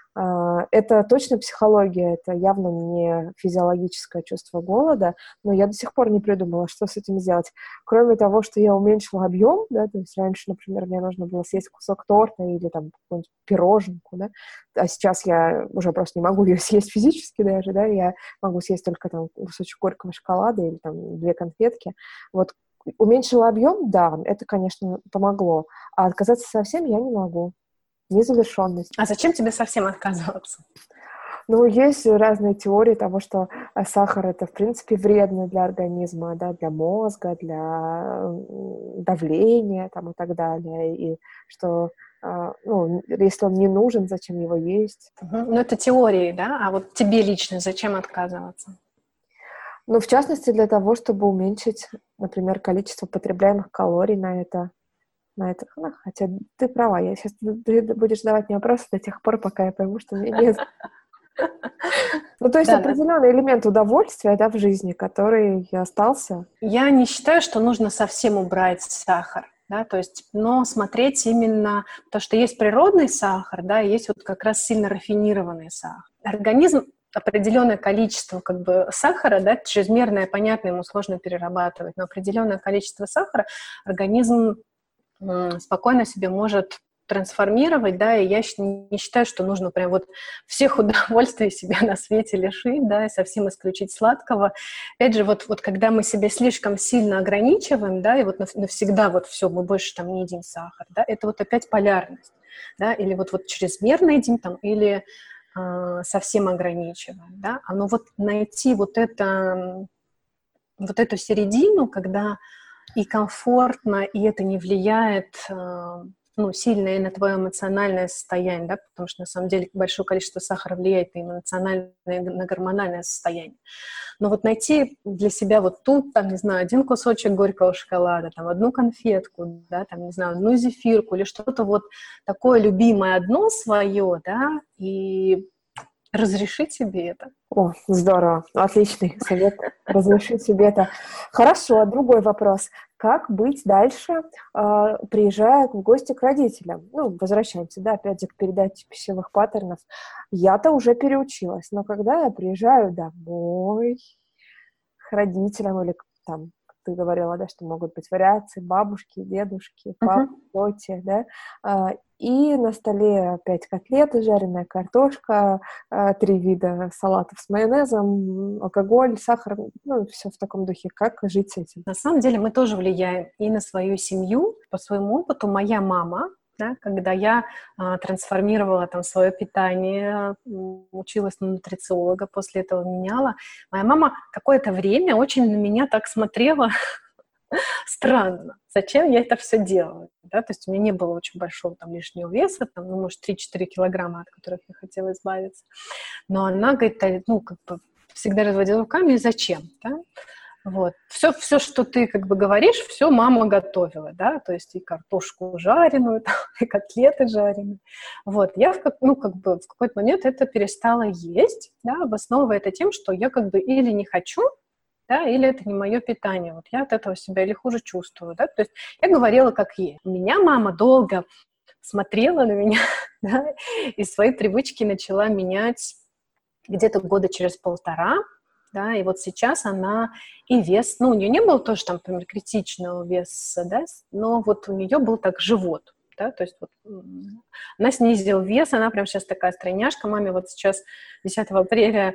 Это точно психология, это явно не физиологическое чувство голода, но я до сих пор не придумала, что с этим сделать. Кроме того, что я уменьшила объем, да, то есть раньше, например, мне нужно было съесть кусок торта или там какую-нибудь пироженку, да, а сейчас я уже просто не могу ее съесть физически даже, да, я могу съесть только там кусочек горького шоколада или там 2 конфетки. Вот уменьшила объем, да, это, конечно, помогло, а отказаться совсем я не могу. Незавершенность. А зачем тебе совсем отказываться? Ну, есть разные теории того, что сахар это, в принципе, вредно для организма, да, для мозга, для давления там, и так далее. И что, ну, если он не нужен, зачем его есть? Ну, это теории, да? А вот тебе лично зачем отказываться? Ну, в частности, для того, чтобы уменьшить, например, количество потребляемых калорий на это. Хотя ты права, ты будешь задавать мне вопросы до тех пор, пока я пойму, что у меня нет. Ну, то есть определенный элемент удовольствия, да, в жизни, который остался. Я не считаю, что нужно совсем убрать сахар, да, то есть, но смотреть именно то, что есть природный сахар, да, и есть вот как раз сильно рафинированный сахар. Организм определенное количество как бы сахара, да, чрезмерное, понятно, ему сложно перерабатывать, но определенное количество сахара организм спокойно себе может трансформировать, да, и я не считаю, что нужно прям вот всех удовольствий себя на свете лишить, да, и совсем исключить сладкого. Опять же, вот когда мы себя слишком сильно ограничиваем, да, и вот навсегда вот все, мы больше там не едим сахар, да, это вот опять полярность, да, или вот чрезмерно едим там, или совсем ограничиваем, да, но вот найти вот эту середину, когда и комфортно, и это не влияет, ну, сильно и на твое эмоциональное состояние, да, потому что, на самом деле, большое количество сахара влияет и на эмоциональное, и на гормональное состояние. Но вот найти для себя вот тут, там, не знаю, 1 кусочек горького шоколада, там, 1 конфетку, да, там, не знаю, 1 зефирку или что-то вот такое любимое одно свое, да, и Разрешить себе это. О, здорово, отличный совет. Разрешить себе это. Хорошо, другой вопрос. Как быть дальше, приезжая в гости к родителям? Ну, возвращаемся, да, опять же, к передаче пищевых паттернов. Я-то уже переучилась, но когда я приезжаю домой к родителям или там, ты говорила, да, что могут быть вариации бабушки, дедушки, папы, тети, да, и на столе опять котлеты, жареная картошка, 3 вида салатов с майонезом, алкоголь, сахар, ну, все в таком духе. Как жить с этим? На самом деле мы тоже влияем и на свою семью. По своему опыту моя мама, да, когда я трансформировала там свое питание, училась на нутрициолога, после этого меняла, моя мама какое-то время очень на меня так смотрела странно, зачем я это все делаю, да, то есть у меня не было очень большого там лишнего веса, там, ну, может, 3-4 килограмма, от которых я хотела избавиться, но она, говорит, ну, как бы всегда разводила руками, зачем, да, вот. Все, что ты как бы говоришь, все мама готовила, да, то есть и картошку жареную, там, и котлеты жареные. Вот. Я в какой-то момент это перестала есть, да, обосновывая это тем, что я как бы или не хочу, да, или это не мое питание. Вот я от этого себя или хуже чувствую, да, то есть я говорила как есть. У меня мама долго смотрела на меня, да, и свои привычки начала менять где-то года через 1,5, да, и вот сейчас она и вес, ну, у нее не было тоже там, например, критичного веса, да, но вот у нее был так живот, да, то есть вот она снизила вес, она прям сейчас такая стройняшка, маме вот сейчас 10 апреля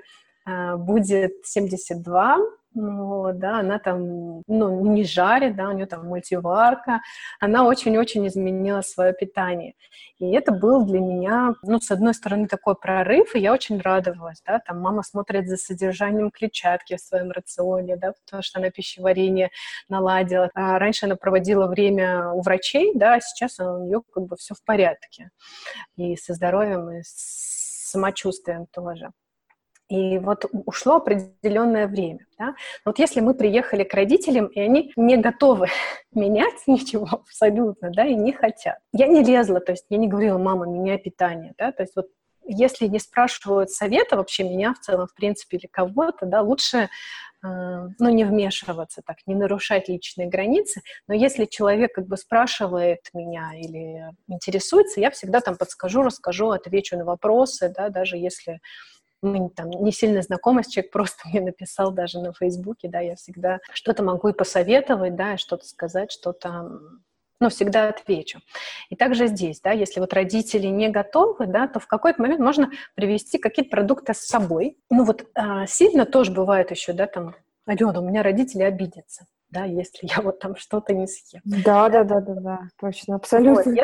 будет 72, ну, да, она там, ну, не жарит, да, у нее там мультиварка, она очень-очень изменила свое питание. И это был для меня, ну, с одной стороны, такой прорыв, и я очень радовалась, да, там мама смотрит за содержанием клетчатки в своем рационе, да, потому что она пищеварение наладила. А раньше она проводила время у врачей, да, а сейчас у нее как бы все в порядке. И со здоровьем, и с самочувствием тоже. И вот ушло определенное время. Да? Вот если мы приехали к родителям, и они не готовы менять ничего абсолютно, да, и не хотят. Я не лезла, то есть я не говорила: мама, меняй питание. Да? То есть вот если не спрашивают совета вообще меня в целом, в принципе, или кого-то, да, лучше ну, не вмешиваться, так, не нарушать личные границы. Но если человек как бы спрашивает меня или интересуется, я всегда там подскажу, расскажу, отвечу на вопросы, да, даже если мы там не сильно знакомы с человеком, просто мне написал даже на Фейсбуке, да, я всегда что-то могу и посоветовать, да, и что-то сказать, что-то, ну, всегда отвечу. И также здесь, да, если вот родители не готовы, да, то в какой-то момент можно привезти какие-то продукты с собой. Ну, вот сильно тоже бывает еще, да, там: Алена, у меня родители обидятся, да, если я вот там что-то не съем. Да, точно, абсолютно. Вот,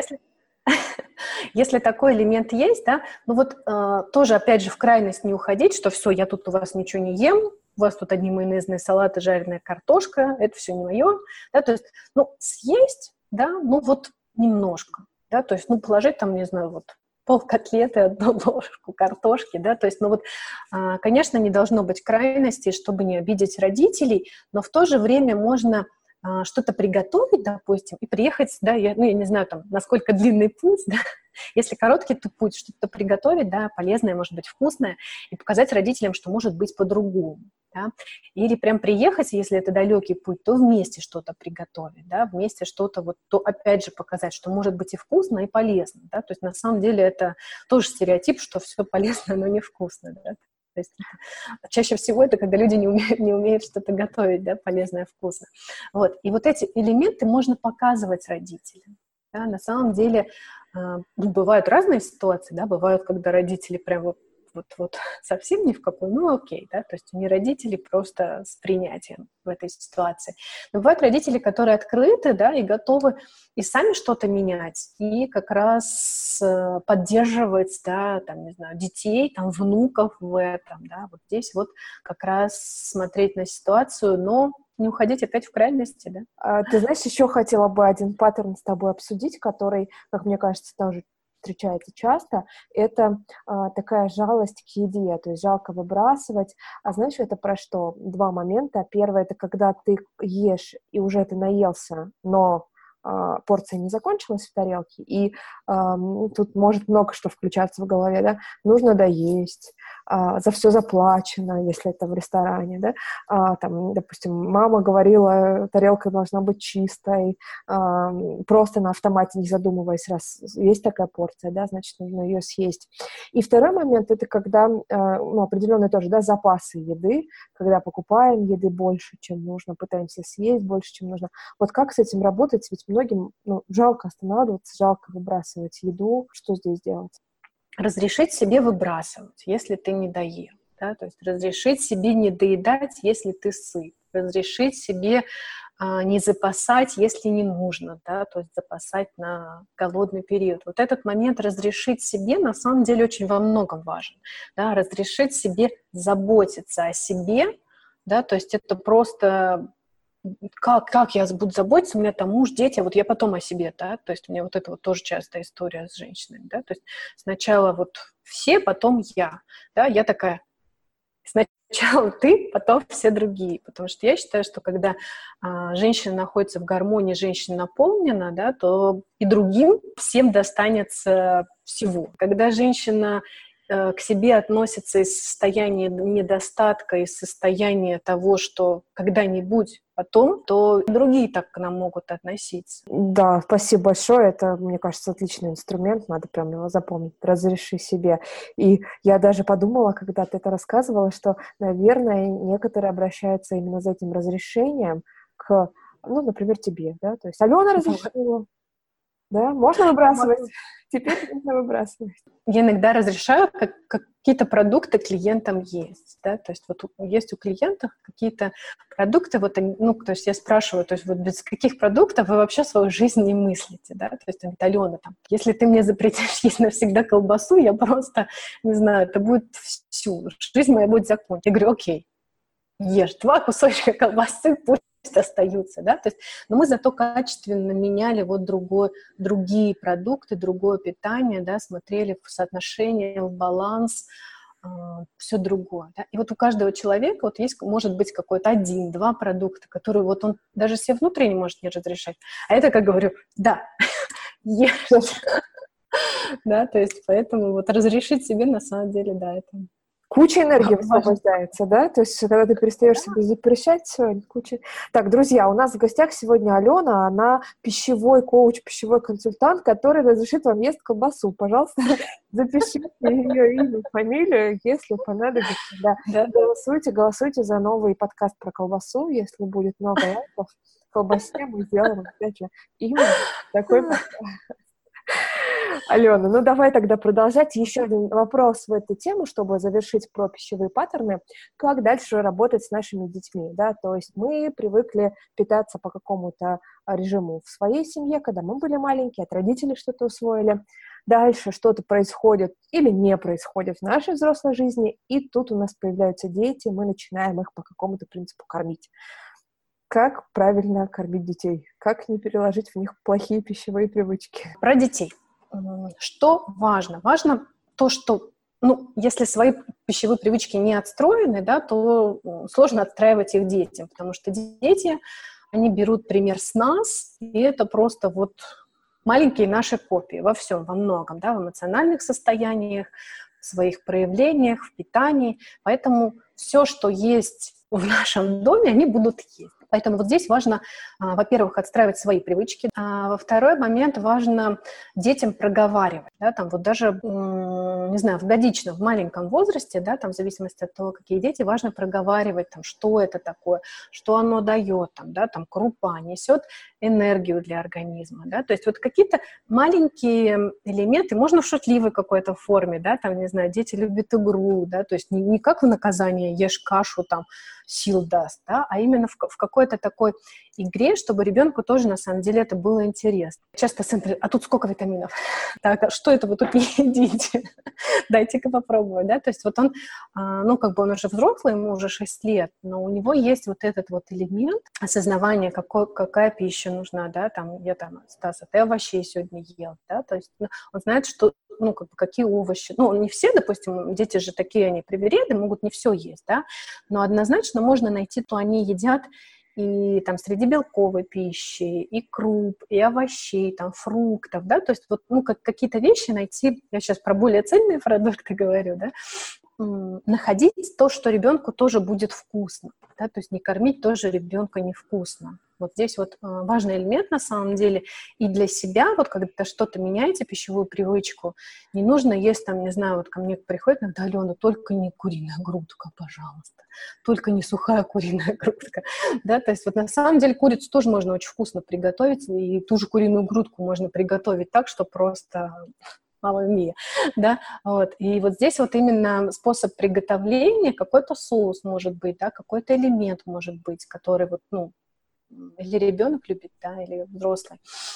если такой элемент есть, да, ну вот тоже, опять же, в крайность не уходить, что все, я тут у вас ничего не ем, у вас тут одни майонезные салаты, жареная картошка, это все не мое, да, то есть, ну, съесть, да, ну вот немножко, да, то есть, ну, положить там, не знаю, вот полкотлеты, 1 ложку картошки, да, то есть, ну вот, конечно, не должно быть крайностей, чтобы не обидеть родителей, но в то же время можно что-то приготовить, допустим, и приехать, да, я не знаю, там, насколько длинный путь, да, если короткий путь, что-то приготовить, да, полезное, может быть, вкусное, и показать родителям, что может быть по-другому, да, или прям приехать, если это далекий путь, то вместе что-то приготовить, да, вместе что-то вот, то опять же показать, что может быть и вкусно, и полезно, да, то есть на самом деле это тоже стереотип, что все полезно, но невкусно, да. То есть чаще всего это когда люди не умеют что-то готовить, да, полезное, вкусно. Вот. И вот эти элементы можно показывать родителям. Да. На самом деле бывают разные ситуации, да, бывают, когда родители прям вот совсем ни в какой, ну окей, да, то есть не родители просто с принятием в этой ситуации. Но бывают родители, которые открыты, да, и готовы и сами что-то менять, и как раз поддерживать, да, там, не знаю, детей, там, внуков в этом, да, вот здесь вот как раз смотреть на ситуацию, но не уходить опять в крайности, да. Ты знаешь, еще хотела бы один паттерн с тобой обсудить, который, как мне кажется, тоже встречается часто, это такая жалость к еде, то есть жалко выбрасывать. А знаешь, это про что? 2 момента. Первое — это когда ты ешь, и уже ты наелся, но порция не закончилась в тарелке, и тут может много что включаться в голове, да, нужно доесть, за все заплачено, если это в ресторане, да, там, допустим, мама говорила, тарелка должна быть чистой, просто на автомате, не задумываясь, раз есть такая порция, да, значит, нужно ее съесть. И второй момент, это когда, определенные тоже, да, запасы еды, когда покупаем еды больше, чем нужно, пытаемся съесть больше, чем нужно. Вот как с этим работать? Ведь многим, жалко останавливаться, жалко выбрасывать еду. Что здесь делать? Разрешить себе выбрасывать, если ты не доел. Да? То есть разрешить себе не доедать, если ты сыт. Разрешить себе не запасать, если не нужно, да? То есть запасать на голодный период. Вот этот момент разрешить себе на самом деле очень во многом важен. Да? Разрешить себе заботиться о себе, да? То есть это просто... Как я буду заботиться, у меня там муж, дети, а вот я потом о себе, да, то есть у меня вот это вот тоже частая история с женщинами, да, то есть сначала вот все, потом я, да, я такая, сначала ты, потом все другие, потому что я считаю, что когда женщина находится в гармонии, женщина наполнена, да, то и другим всем достанется всего. Когда женщина к себе относится из состояния недостатка, из состояния того, что когда-нибудь потом, то другие так к нам могут относиться. Да, спасибо большое. Это, мне кажется, отличный инструмент. Надо прям его запомнить. Разреши себе. И я даже подумала, когда ты это рассказывала, что, наверное, некоторые обращаются именно за этим разрешением к, например, тебе, да? То есть Алена разрешила. Да, можно выбрасывать. Теперь можно выбрасывать. Я иногда разрешаю какие-то продукты клиентам есть, да, то есть вот есть у клиентов какие-то продукты, вот они, то есть я спрашиваю, то есть вот без каких продуктов вы вообще свою жизнь не мыслите, да, то есть он говорит, Алена, там, если ты мне запретишь есть навсегда колбасу, я просто, не знаю, это будет всю жизнь моя будет закончена. Я говорю, окей, ешь 2 кусочка колбасы, пусть остаются, да, то есть, но мы зато качественно меняли вот другие продукты, другое питание, да, смотрели в соотношение, в баланс, все другое, да, и вот у каждого человека вот есть, может быть, какой-то 1-2 продукта, которые вот он даже себе внутри не может не разрешать, а это, как говорю, да, ешь, да, то есть, поэтому вот разрешить себе, на самом деле, да, это... Куча энергии высвобождается, да? То есть, когда ты перестаешь себе запрещать, все, куча... Так, друзья, у нас в гостях сегодня Алена, она пищевой коуч, пищевой консультант, который разрешит вам есть колбасу. Пожалуйста, запишите ее имя, фамилию, если понадобится. Да. Голосуйте за новый подкаст про колбасу, если будет много лайков. Колбасе мы сделаем, опять же, имя такой подкаст. Алена, давай тогда продолжать. Еще один вопрос в эту тему, чтобы завершить про пищевые паттерны. Как дальше работать с нашими детьми? Да? То есть мы привыкли питаться по какому-то режиму в своей семье, когда мы были маленькие, от родителей что-то усвоили. Дальше что-то происходит или не происходит в нашей взрослой жизни, и тут у нас появляются дети, мы начинаем их по какому-то принципу кормить. Как правильно кормить детей? Как не переложить в них плохие пищевые привычки? Про детей. Что важно? Важно то, что, если свои пищевые привычки не отстроены, да, то сложно отстраивать их детям, потому что дети, они берут пример с нас, и это просто вот маленькие наши копии во всем, во многом, да, в эмоциональных состояниях, в своих проявлениях, в питании. Поэтому все, что есть в нашем доме, они будут есть. Поэтому вот здесь важно, во-первых, отстраивать свои привычки, а во второй момент важно детям проговаривать, да, там вот даже, не знаю, в годичном, в маленьком возрасте, да, там в зависимости от того, какие дети, важно проговаривать, там, что это такое, что оно дает, там, да, там, крупа несет энергию для организма, да, то есть вот какие-то маленькие элементы, можно в шутливой какой-то форме, да, там, не знаю, дети любят игру, да, то есть не как в наказание ешь кашу, там, сил даст, да, а именно в какой-то такой игре, чтобы ребенку тоже, на самом деле, это было интересно. Часто сын говорит, а тут сколько витаминов? Так, а что это вы тут не едите? Дайте-ка попробовать, да, то есть вот он, он уже взрослый, ему уже 6 лет, но у него есть вот этот вот элемент осознавания, какая пища нужна, да, там, Стас, а ты овощей сегодня ел, да, то есть он знает, что ну, как бы, какие овощи. Ну, не все, допустим, дети же такие, они привереды, могут не все есть, да, но однозначно можно найти, что они едят и там среди белковой пищи, и круп, и овощей, там, фруктов, да, то есть вот, ну, как какие-то вещи найти, я сейчас про более цельные продукты говорю, да, находить то, что ребенку тоже будет вкусно, да, то есть не кормить тоже ребенка невкусно. Вот здесь вот важный элемент на самом деле. И для себя, вот когда что-то меняете, пищевую привычку, не нужно есть там, не знаю, вот ко мне приходит иногда: Алена, только не куриная грудка, пожалуйста, только не сухая куриная грудка, да, то есть вот на самом деле курицу тоже можно очень вкусно приготовить, и ту же куриную грудку можно приготовить так, что просто... Мама мия, да, вот, и вот здесь вот именно способ приготовления, какой-то соус может быть, да, какой-то элемент может быть, который вот, ну, или ребенок любит, да, или взрослый,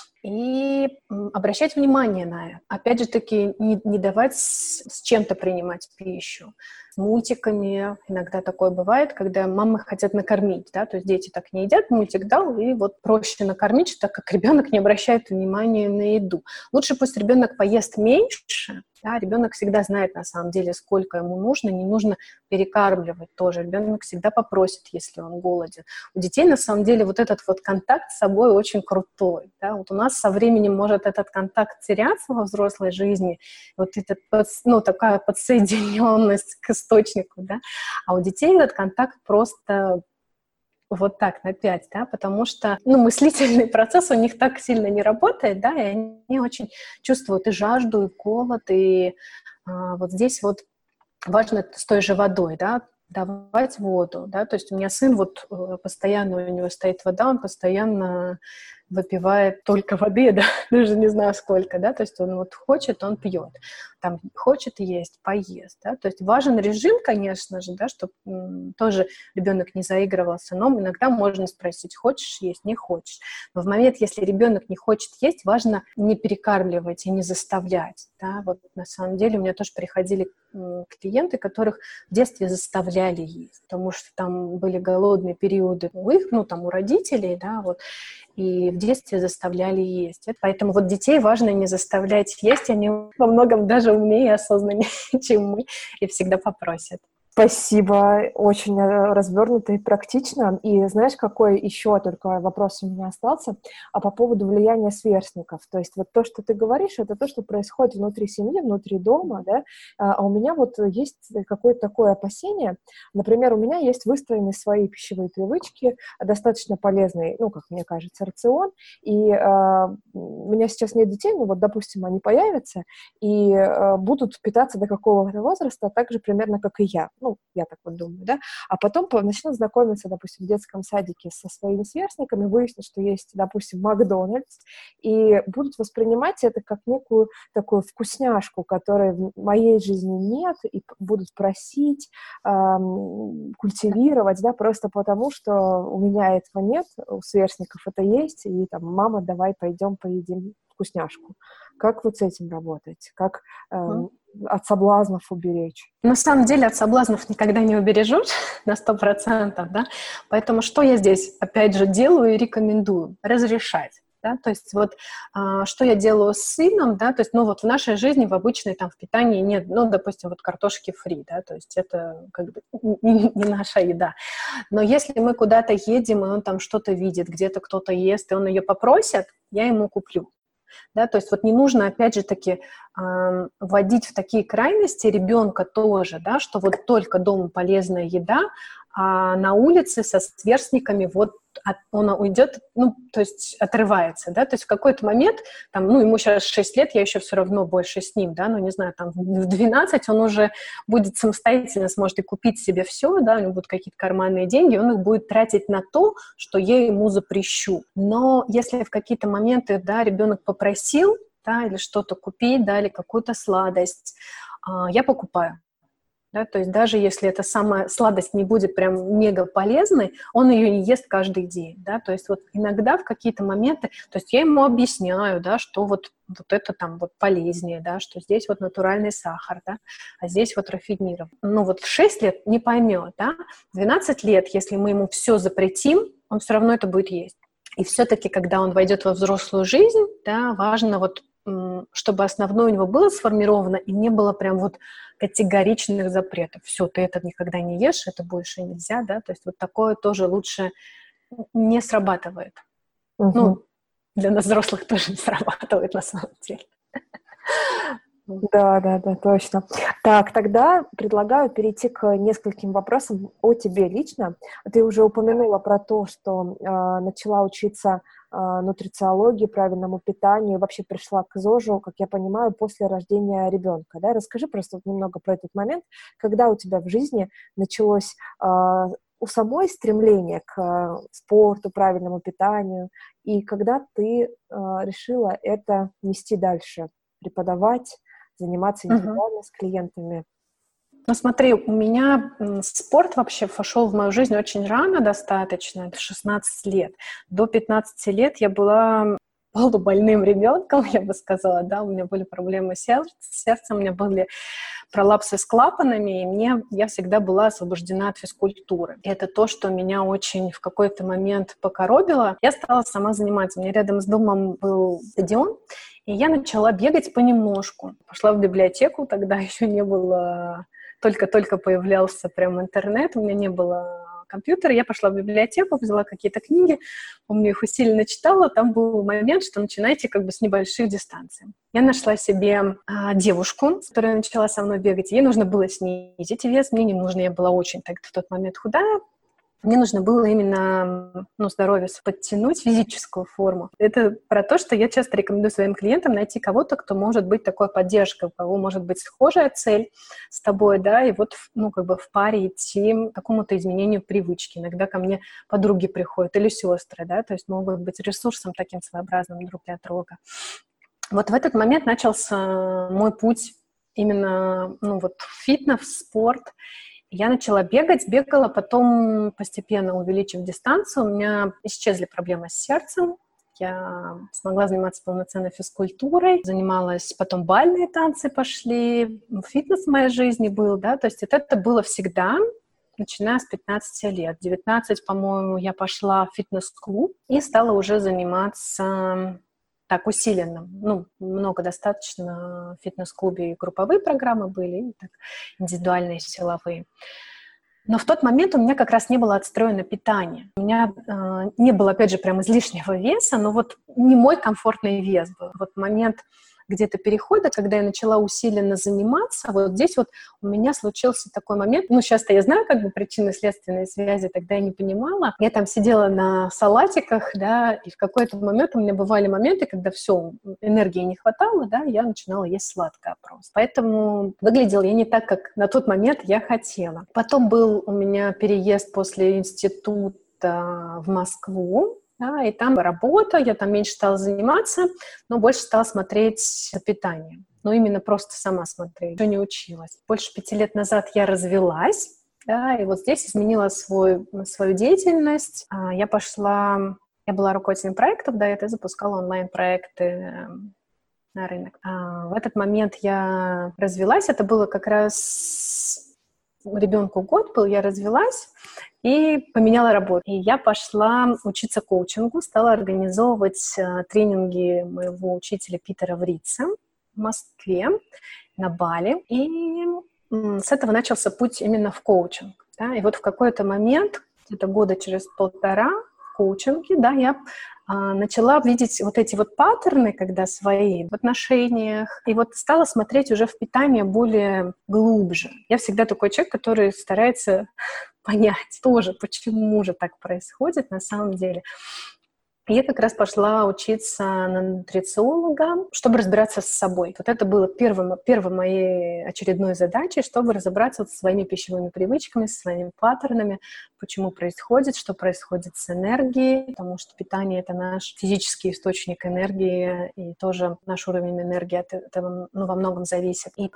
и обращать внимание на это. Опять же таки, не давать с чем-то принимать пищу. С мультиками иногда такое бывает, когда мамы хотят накормить, да, то есть дети так не едят, мультик дал, и вот проще накормить, так как ребенок не обращает внимания на еду. Лучше пусть ребенок поест меньше, да, ребенок всегда знает на самом деле, сколько ему нужно, не нужно перекармливать тоже. Ребенок всегда попросит, если он голоден. У детей на самом деле вот этот вот контакт с собой очень крутой, да, вот у нас со временем может этот контакт теряться во взрослой жизни, вот эта, ну, такая подсоединенность к источнику, да, а у детей этот контакт просто вот так на 5, да, потому что, ну, мыслительный процесс у них так сильно не работает, да, и они очень чувствуют и жажду, и голод, и вот здесь вот важно с той же водой, да, давать воду, да, то есть у меня сын вот постоянно, у него стоит вода, он постоянно выпивает только воды, да, даже не знаю сколько, да, то есть он вот хочет, он пьет, там хочет есть, поест, да, то есть важен режим, конечно же, да, чтобы тоже ребенок не заигрывался, но иногда можно спросить, хочешь есть, не хочешь, но в момент, если ребенок не хочет есть, важно не перекармливать и не заставлять, да, вот на самом деле у меня тоже приходили клиенты, которых в детстве заставляли есть, потому что там были голодные периоды у их, ну, там, у родителей, да, вот, и в детстве заставляли есть. Поэтому вот детей важно не заставлять есть, они во многом даже умнее и осознаннее, чем мы, и всегда попросят. Спасибо, очень развернуто и практично. И знаешь, какой еще только вопрос у меня остался по поводу влияния сверстников. То есть вот то, что ты говоришь, это то, что происходит внутри семьи, внутри дома, да. А у меня вот есть какое-то такое опасение. Например, у меня есть выстроенные свои пищевые привычки, достаточно полезный, ну, как мне кажется, рацион. И у меня сейчас нет детей, но вот, допустим, они появятся и будут питаться до какого-то возраста так же примерно, как и я. Ну, я так вот думаю, да, а потом начнут знакомиться, допустим, в детском садике со своими сверстниками, выяснят, что есть, допустим, Макдональдс, и будут воспринимать это как некую такую вкусняшку, которой в моей жизни нет, и будут просить, культивировать, да, просто потому, что у меня этого нет, у сверстников это есть, и там, мама, давай пойдем поедим вкусняшку. Как вот с этим работать? Как от соблазнов уберечь? На самом деле от соблазнов никогда не убережешь на 100%, да? Поэтому что я здесь, опять же, делаю и рекомендую? Разрешать. Да? То есть вот что я делаю с сыном, да, то есть, ну вот в нашей жизни в обычной там в питании нет, ну, допустим, вот картошки фри, да, то есть это как бы не наша еда. Но если мы куда-то едем, и он там что-то видит, где-то кто-то ест, и он ее попросит, я ему куплю. Да, то есть вот не нужно, опять же таки, вводить в такие крайности ребенка тоже, да, что вот только дома полезная еда, а на улице со сверстниками вот он уйдет, ну, то есть отрывается, да, то есть в какой-то момент, там, ну, ему сейчас 6 лет, я еще все равно больше с ним, да, ну, не знаю, там, в 12 он уже будет самостоятельно, сможет и купить себе все, да, у него будут какие-то карманные деньги, он их будет тратить на то, что я ему запрещу. Но если в какие-то моменты, да, ребенок попросил, да, или что-то купить, да, или какую-то сладость, я покупаю. Да, то есть даже если эта самая сладость не будет прям мега полезной, он ее не ест каждый день, да, то есть вот иногда в какие-то моменты, то есть я ему объясняю, да, что вот это там вот полезнее, да, что здесь вот натуральный сахар, да, а здесь вот рафинированный. Ну вот в 6 лет не поймет, да, в 12 лет, если мы ему все запретим, он все равно это будет есть. И все-таки, когда он войдет во взрослую жизнь, да, важно вот чтобы основное у него было сформировано, и не было прям вот категоричных запретов. Все, ты это никогда не ешь, это больше нельзя, да, то есть вот такое тоже лучше не срабатывает. Ну, для нас взрослых тоже не срабатывает на самом деле. Да, точно. Так, тогда предлагаю перейти к нескольким вопросам о тебе лично. Ты уже упомянула про то, что начала учиться нутрициологии, правильному питанию, вообще пришла к ЗОЖу, как я понимаю, после рождения ребенка. Да? Расскажи просто немного про этот момент, когда у тебя в жизни началось у самой стремление к спорту, правильному питанию, и когда ты решила это нести дальше, преподавать, заниматься индивидуально с клиентами? Ну, смотри, у меня спорт вообще вошел в мою жизнь очень рано достаточно, в 16 лет. До 15 лет я была полубольным ребенком, я бы сказала, да, у меня были проблемы с сердцем, у меня были пролапсы с клапанами, и я всегда была освобождена от физкультуры. И это то, что меня очень в какой-то момент покоробило. Я стала сама заниматься. У меня рядом с домом был стадион, и я начала бегать понемножку. Пошла в библиотеку, тогда еще не было... Только-только появлялся прям интернет, у меня не было компьютера, я пошла в библиотеку, взяла какие-то книги, помню, их усиленно читала, там был момент, что начинайте как бы с небольших дистанций. Я нашла себе девушку, которая начала со мной бегать, ей нужно было снизить вес, мне не нужно, я была очень так в тот момент худая, мне нужно было именно здоровье подтянуть, физическую форму. Это про то, что я часто рекомендую своим клиентам найти кого-то, кто может быть такой поддержкой, у кого может быть схожая цель с тобой, да, и вот в паре идти к какому-то изменению привычки. Иногда ко мне подруги приходят или сестры, да, то есть могут быть ресурсом таким своеобразным друг для друга. Вот в этот момент начался мой путь именно в фитнес, в спорт. Я начала бегала, потом постепенно увеличив дистанцию, у меня исчезли проблемы с сердцем, я смогла заниматься полноценной физкультурой, занималась, потом бальные танцы пошли, фитнес в моей жизни был, да, то есть это было всегда, начиная с 15 лет. 19, по-моему, я пошла в фитнес-клуб и стала уже заниматься... так, усиленно. Много достаточно в фитнес-клубе и групповые программы были, и так, индивидуальные, силовые. Но в тот момент у меня как раз не было отстроено питание. У меня не было, опять же, прям излишнего веса, но вот не мой комфортный вес был. Вот момент где-то перехода, когда я начала усиленно заниматься, вот здесь вот у меня случился такой момент, сейчас-то я знаю как бы причинно-следственные связи, тогда я не понимала. Я там сидела на салатиках, да, и в какой-то момент у меня бывали моменты, когда все, энергии не хватало, да, я начинала есть сладкое просто. Поэтому выглядела я не так, как на тот момент я хотела. Потом был у меня переезд после института в Москву, да, и там работа, я там меньше стала заниматься, но больше стала смотреть питание. Именно просто сама смотреть, еще не училась. Больше 5 лет назад я развелась, да, и вот здесь изменила свою деятельность. Я была руководителем проектов, да, я запускала онлайн-проекты на рынок. В этот момент я развелась, это было как раз... Ребенку год был, я развелась и поменяла работу. И я пошла учиться коучингу, стала организовывать тренинги моего учителя Питера Врица в Москве, на Бали. И с этого начался путь именно в коучинг. Да? И вот в какой-то момент, где-то года через 1,5 в коучинге, да, я начала видеть вот эти вот паттерны, когда свои в отношениях, и вот стала смотреть уже в питание более глубже. Я всегда такой человек, который старается понять тоже, почему же так происходит на самом деле. Я как раз пошла учиться на нутрициолога, чтобы разбираться с собой. Вот это было первой моей очередной задачей, чтобы разобраться со своими пищевыми привычками, со своими паттернами, почему происходит, что происходит с энергией, потому что питание — это наш физический источник энергии, и тоже наш уровень энергии от этого во многом зависит. И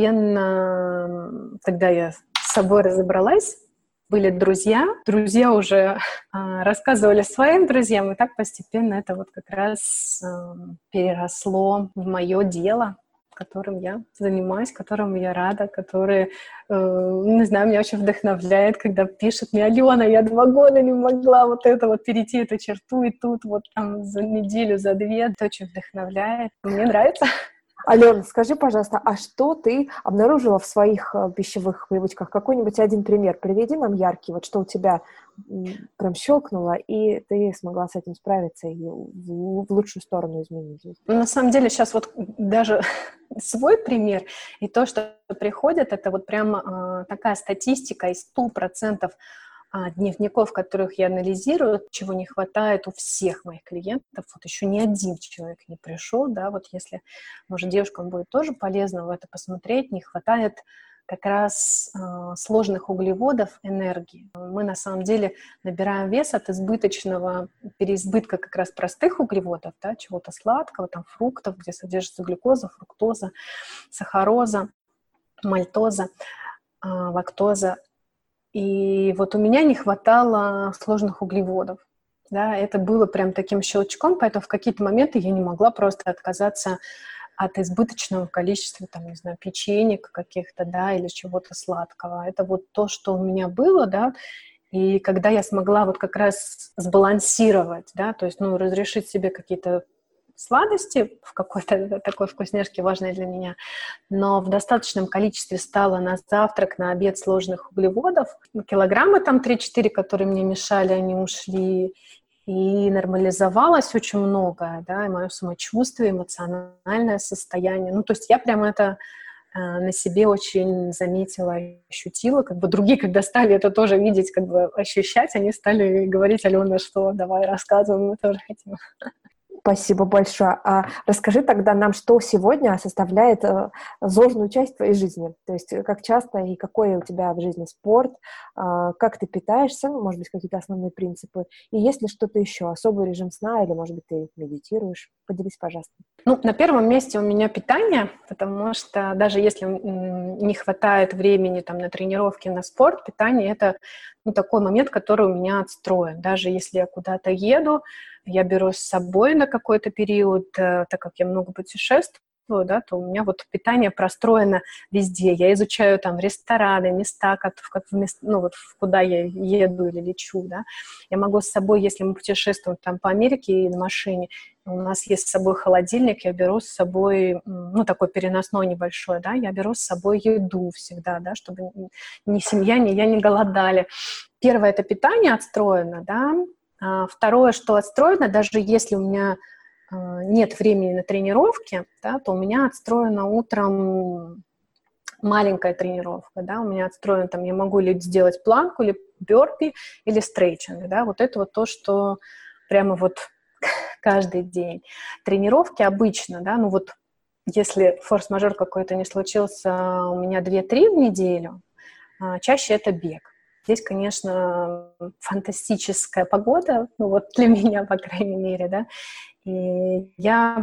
постепенно, когда я с собой разобралась, были друзья уже рассказывали своим друзьям, и так постепенно это вот как раз переросло в мое дело, которым я занимаюсь, которым я рада, который, не знаю, меня очень вдохновляет, когда пишет мне: Алена, я 2 года не могла вот это вот перейти эту черту, и тут вот там за неделю, за 2. Это очень вдохновляет. Мне нравится. Алена, скажи, пожалуйста, а что ты обнаружила в своих пищевых привычках? Какой-нибудь один пример приведи нам яркий, вот что у тебя прям щелкнуло, и ты смогла с этим справиться и в лучшую сторону изменить жизнь. На самом деле сейчас вот даже свой пример и то, что приходит, это вот прям такая статистика из 100% дневников, которых я анализирую, чего не хватает у всех моих клиентов. Вот еще ни один человек не пришел, да, вот если, может, девушкам будет тоже полезно в это посмотреть, не хватает как раз сложных углеводов, энергии. Мы на самом деле набираем вес от избыточного, переизбытка как раз простых углеводов, да, чего-то сладкого, там, фруктов, где содержится глюкоза, фруктоза, сахароза, мальтоза, лактоза. И вот у меня не хватало сложных углеводов. Да, это было прям таким щелчком, поэтому в какие-то моменты я не могла просто отказаться от избыточного количества, там, не знаю, печенек каких-то, да, или чего-то сладкого. Это вот то, что у меня было, да, и когда я смогла вот как раз сбалансировать, да, то есть, разрешить себе какие-то сладости в какой-то такой вкусняшке, важной для меня, но в достаточном количестве стало на завтрак, на обед сложных углеводов. Килограммы там 3-4, которые мне мешали, они ушли, и нормализовалось очень многое, да, и мое самочувствие, эмоциональное состояние. То есть я прям это на себе очень заметила, ощутила, как бы другие, когда стали это тоже видеть, как бы ощущать, они стали говорить: Алена, что, давай рассказывай, мы тоже хотим. Спасибо большое. А расскажи тогда нам, что сегодня составляет сложную часть твоей жизни. То есть как часто и какой у тебя в жизни спорт, как ты питаешься, может быть, какие-то основные принципы. И есть ли что-то еще, особый режим сна или, может быть, ты медитируешь? Поделись, пожалуйста. На первом месте у меня питание, потому что даже если не хватает времени там, на тренировки, на спорт, питание – это такой момент, который у меня отстроен. Даже если я куда-то еду, я беру с собой на какой-то период, так как я много путешествую, да, то у меня питание простроено везде. Я изучаю там рестораны, места, куда я еду или лечу, да. Я могу с собой, если мы путешествуем там по Америке и на машине, у нас есть с собой холодильник, я беру с собой, такой переносной небольшой, да, я беру с собой еду всегда, да, чтобы ни семья, ни я не голодали. Первое – это питание отстроено, да. Второе, что отстроено, даже если у меня нет времени на тренировки, да, то у меня отстроена утром маленькая тренировка, да, у меня отстроено, там, я могу ли сделать планку, или бёрпи, или стретчинг, да, вот это вот то, что прямо каждый день. Тренировки обычно, да, если форс-мажор какой-то не случился, у меня 2-3 в неделю, чаще это бег. Здесь, конечно, фантастическая погода, для меня, по крайней мере, да. И я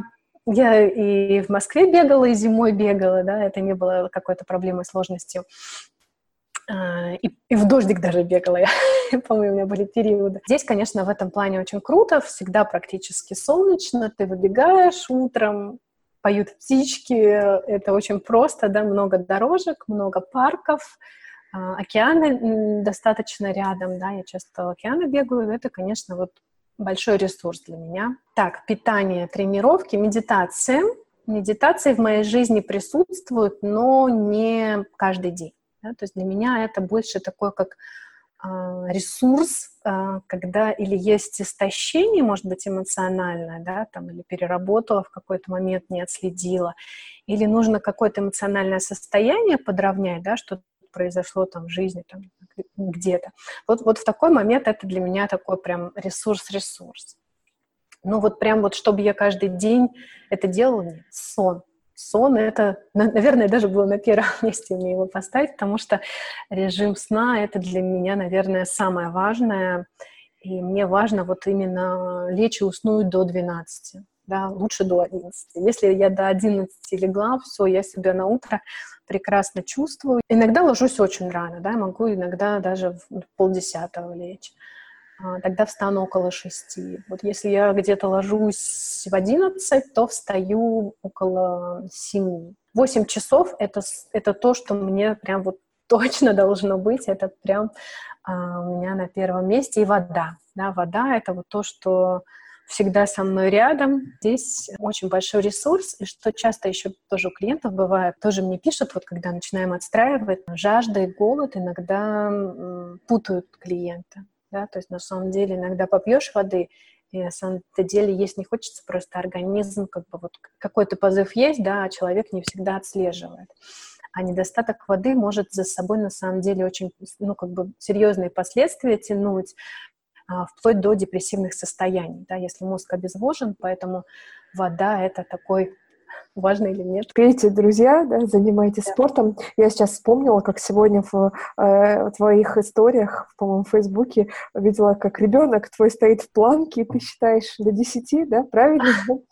и в Москве бегала, и зимой бегала, да, это не было какой-то проблемой, сложностью. И в дождик даже бегала я, помню, у меня были периоды. Здесь, конечно, в этом плане очень круто, всегда практически солнечно, ты выбегаешь утром, поют птички, это очень просто, да, много дорожек, много парков, океаны достаточно рядом, да, я часто у океана бегаю, это, конечно, большой ресурс для меня. Так, питание, тренировки, медитация. Медитации в моей жизни присутствуют, но не каждый день. Да? То есть для меня это больше такой, как ресурс, когда или есть истощение, может быть, эмоциональное, да, там, или переработала в какой-то момент, не отследила, или нужно какое-то эмоциональное состояние подровнять, да, что произошло там в жизни, там, где-то. Вот в такой момент это для меня такой прям ресурс. Прям чтобы я каждый день это делала, нет, сон. Сон — это, наверное, даже было на первом месте мне его поставить, потому что режим сна — это для меня, наверное, самое важное. И мне важно именно лечь и уснуть до 12, да, лучше до 11. Если я до 11 легла, все, я себя на утро прекрасно чувствую. Иногда ложусь очень рано, да, могу иногда даже в 9:30 лечь. тогда встану около 6. Вот если я где-то ложусь в 11, то встаю около 7. 8 часов это то, что мне прям вот точно должно быть. Это прям у меня на первом месте. И вода. Да, вода — это вот то, что всегда со мной рядом. Здесь очень большой ресурс, и что часто еще тоже у клиентов бывает, тоже мне пишут, вот когда начинаем отстраивать, жажда и голод иногда путают клиента. Да? То есть на самом деле иногда попьешь воды, и на самом деле есть не хочется, просто организм, как бы вот какой-то позыв есть, да, а человек не всегда отслеживает. А недостаток воды может за собой на самом деле очень, как бы серьезные последствия тянуть, вплоть до депрессивных состояний, да, если мозг обезвожен, поэтому вода — это такой важный элемент. Пейте, друзья, да, занимайтесь спортом. Я сейчас вспомнила, как сегодня в твоих историях, по-моему, в Фейсбуке видела, как ребенок твой стоит в планке, и ты считаешь до 10, да, правильно?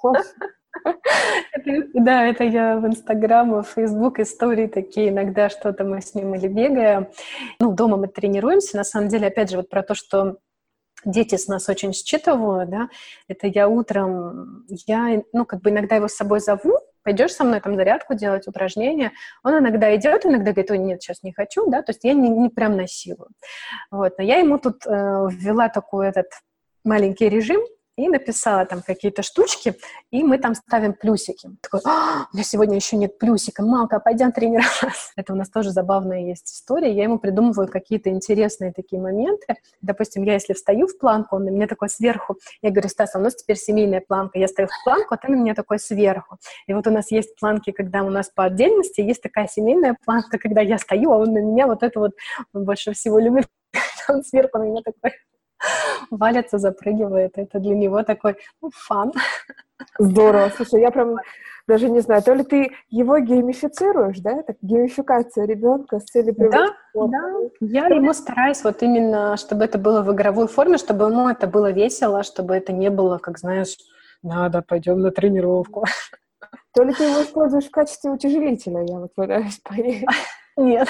Да, это я в Инстаграм, в Фейсбук истории такие, иногда что-то мы с ним или бегаем. Дома мы тренируемся, на самом деле, опять же, вот про то, что дети с нас очень считывают, да, это я утром, как бы иногда его с собой зову, пойдешь со мной там зарядку делать, упражнения, он иногда идет, иногда говорит: ой, нет, сейчас не хочу, да, то есть я не прям насилую. Вот, но я ему тут ввела такой этот маленький режим, и написала там какие-то штучки, и мы там ставим плюсики. Такой: у меня сегодня еще нет плюсика, мамка, пойдем тренироваться. Это у нас тоже забавная есть история. Я ему придумываю какие-то интересные такие моменты. Допустим, я если встаю в планку, он на меня такой сверху. Я говорю: Стас, у нас теперь семейная планка. Я стою в планку, а ты на меня такой сверху. И вот у нас есть планки, когда у нас по отдельности, есть такая семейная планка, когда я стою, а он на меня вот это вот, он больше всего любит, он сверху на меня такой валится, запрыгивает. Это для него такой фан. Здорово. Слушай, я прям даже не знаю, то ли ты его геймифицируешь, да? Так, геймификация ребенка с целью привлечь спорт. Да. Я ему стараюсь вот именно, чтобы это было в игровой форме, чтобы ему это было весело, чтобы это не было, как, знаешь, надо, пойдем на тренировку. То ли ты его используешь в качестве утяжелителя, я вот пытаюсь понять. Нет.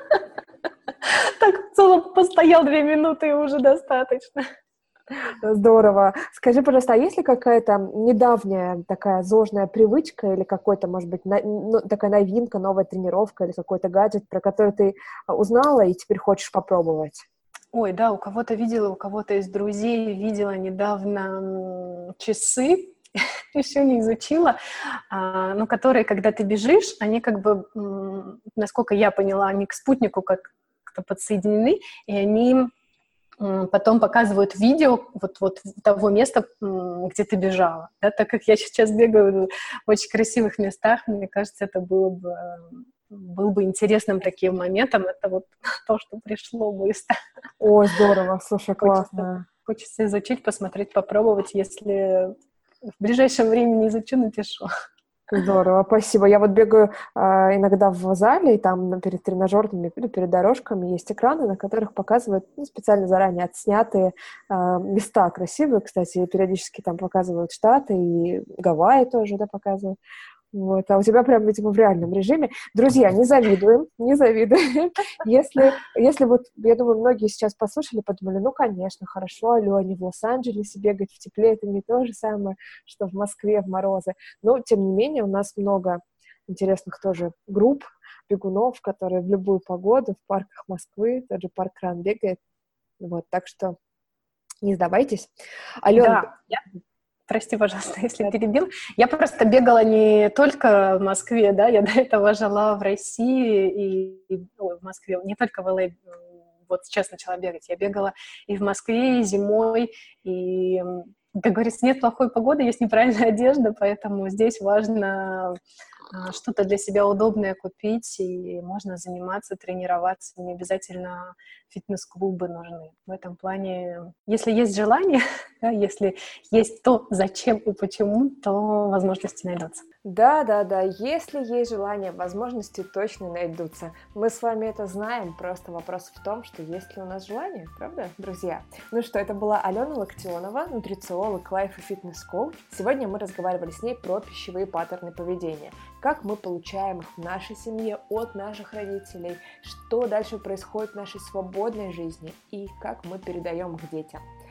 Так, в целом, постоял 2 минуты, и уже достаточно. Здорово. Скажи, пожалуйста, а есть ли какая-то недавняя такая зожная привычка или какой-то, может быть, такая новинка, новая тренировка или какой-то гаджет, про который ты узнала и теперь хочешь попробовать? Ой, да, у кого-то видела, у кого-то из друзей видела недавно часы, еще не изучила, но которые, когда ты бежишь, они как бы, насколько я поняла, они к спутнику как-то подсоединены, и они потом показывают видео вот того места, где ты бежала. Да, так как я сейчас бегаю в очень красивых местах, мне кажется, это был бы интересным таким моментом. Это вот то, что пришло быстро. О, здорово, слушай, классно. Хочется изучить, посмотреть, попробовать. Если в ближайшем времени изучу, напишу. Здорово, спасибо. Я вот бегаю иногда в зале, и там перед тренажерными, перед дорожками есть экраны, на которых показывают специально заранее отснятые места красивые, кстати, периодически там показывают Штаты, и Гавайи тоже, да, показывают. Вот. А у тебя прям, видимо, в реальном режиме. Друзья, не завидуем. Если вот, я думаю, многие сейчас послушали, подумали, конечно, хорошо, Алене в Лос-Анджелесе бегать в тепле, это не то же самое, что в Москве в морозы. Но, тем не менее, у нас много интересных тоже групп бегунов, которые в любую погоду в парках Москвы, тот же парк Кран бегает. Вот, так что не сдавайтесь. Алена, да. Прости, пожалуйста, если перебил. Я просто бегала не только в Москве, да, я до этого жила в России и в Москве, не только в ЛА, вот сейчас начала бегать. Я бегала и в Москве, и зимой, и, как говорится, нет плохой погоды, есть неправильная одежда, поэтому здесь важно что-то для себя удобное купить, и можно заниматься, тренироваться, не обязательно фитнес-клубы нужны. В этом плане, если есть желание, да, если есть то, зачем и почему, то возможности найдутся. Да, если есть желание, возможности точно найдутся. Мы с вами это знаем, просто вопрос в том, что есть ли у нас желание, правда, друзья? Ну что, это была Алена Локтионова, нутрициолог, лайф и фитнес-коуч. Сегодня мы разговаривали с ней про пищевые паттерны поведения, как мы получаем их в нашей семье от наших родителей, что дальше происходит в нашей свободной жизни и как мы передаем их детям.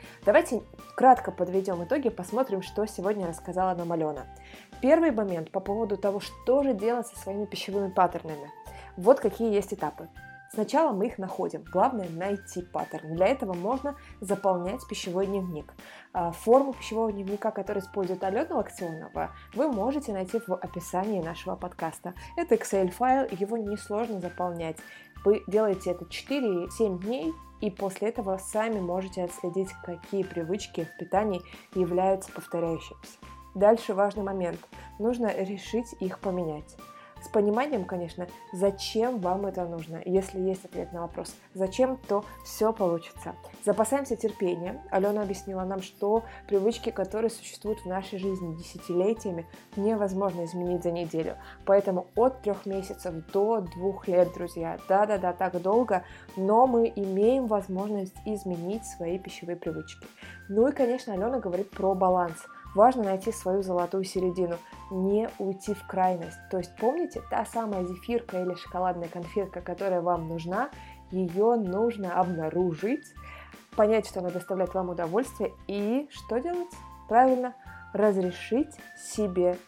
Давайте кратко подведем итоги, посмотрим, что сегодня рассказала нам Алена. Первый момент по поводу того, что же делать со своими пищевыми паттернами. Вот какие есть этапы. Сначала мы их находим. Главное найти паттерн. Для этого можно заполнять пищевой дневник. Форму пищевого дневника, который использует Алена Локтионова, вы можете найти в описании нашего подкаста. Это Excel-файл, его несложно заполнять. Вы делаете это 4-7 дней, и после этого сами можете отследить, какие привычки в питании являются повторяющимися. Дальше важный момент. Нужно решить их поменять. С пониманием, конечно, зачем вам это нужно. Если есть ответ на вопрос «зачем?», то все получится. Запасаемся терпением. Алена объяснила нам, что привычки, которые существуют в нашей жизни десятилетиями, невозможно изменить за неделю. Поэтому от 3 месяцев до 2 лет, друзья, да-да-да, так долго, но мы имеем возможность изменить свои пищевые привычки. Ну и, конечно, Алена говорит про баланс. Важно найти свою золотую середину, не уйти в крайность. То есть помните, та самая зефирка или шоколадная конфетка, которая вам нужна, ее нужно обнаружить, понять, что она доставляет вам удовольствие, и что делать? Правильно, разрешить себе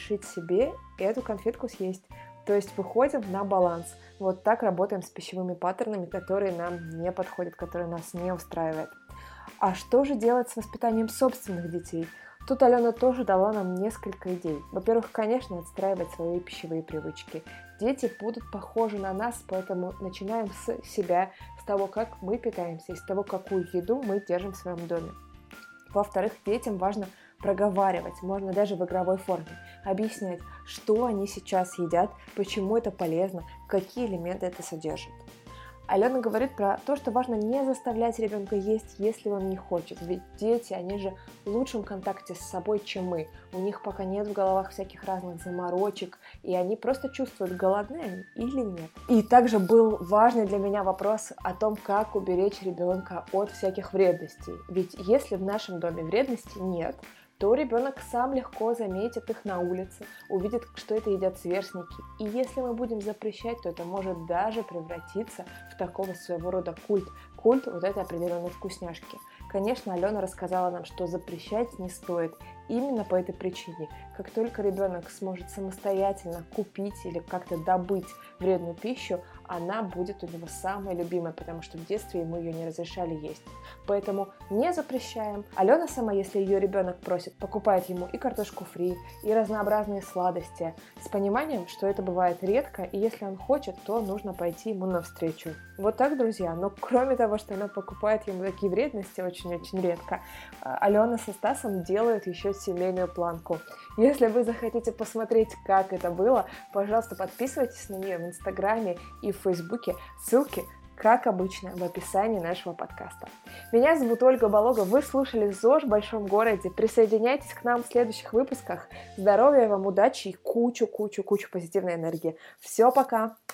эту конфетку съесть. То есть выходим на баланс. Вот так работаем с пищевыми паттернами, которые нам не подходят, которые нас не устраивают. А что же делать с воспитанием собственных детей? Тут Алена тоже дала нам несколько идей. Во-первых, конечно, отстраивать свои пищевые привычки. Дети будут похожи на нас, поэтому начинаем с себя, с того, как мы питаемся, с того, какую еду мы держим в своем доме. Во-вторых, детям важно проговаривать, можно даже в игровой форме, объяснять, что они сейчас едят, почему это полезно, какие элементы это содержит. Алена говорит про то, что важно не заставлять ребенка есть, если он не хочет. Ведь дети, они же в лучшем контакте с собой, чем мы. У них пока нет в головах всяких разных заморочек, и они просто чувствуют, голодны они или нет. И также был важный для меня вопрос о том, как уберечь ребенка от всяких вредностей. Ведь если в нашем доме вредностей нет, то ребенок сам легко заметит их на улице, увидит, что это едят сверстники. И если мы будем запрещать, то это может даже превратиться в такого своего рода культ вот этой определенной вкусняшки. Конечно, Алена рассказала нам, что запрещать не стоит. Именно по этой причине. Как только ребенок сможет самостоятельно купить или как-то добыть вредную пищу, она будет у него самая любимая, потому что в детстве ему ее не разрешали есть. Поэтому не запрещаем. Алена сама, если ее ребенок просит, покупает ему и картошку фри, и разнообразные сладости, с пониманием, что это бывает редко, и если он хочет, то нужно пойти ему навстречу. Вот так, друзья. Но кроме того, что она покупает ему такие вредности очень-очень редко, Алена со Стасом делают еще семейную планку. Если вы захотите посмотреть, как это было, пожалуйста, подписывайтесь на нее в Инстаграме и в Фейсбуке. Ссылки, как обычно, в описании нашего подкаста. Меня зовут Ольга Болога, вы слушали ЗОЖ в большом городе. Присоединяйтесь к нам в следующих выпусках. Здоровья вам, удачи и кучу позитивной энергии. Все, пока!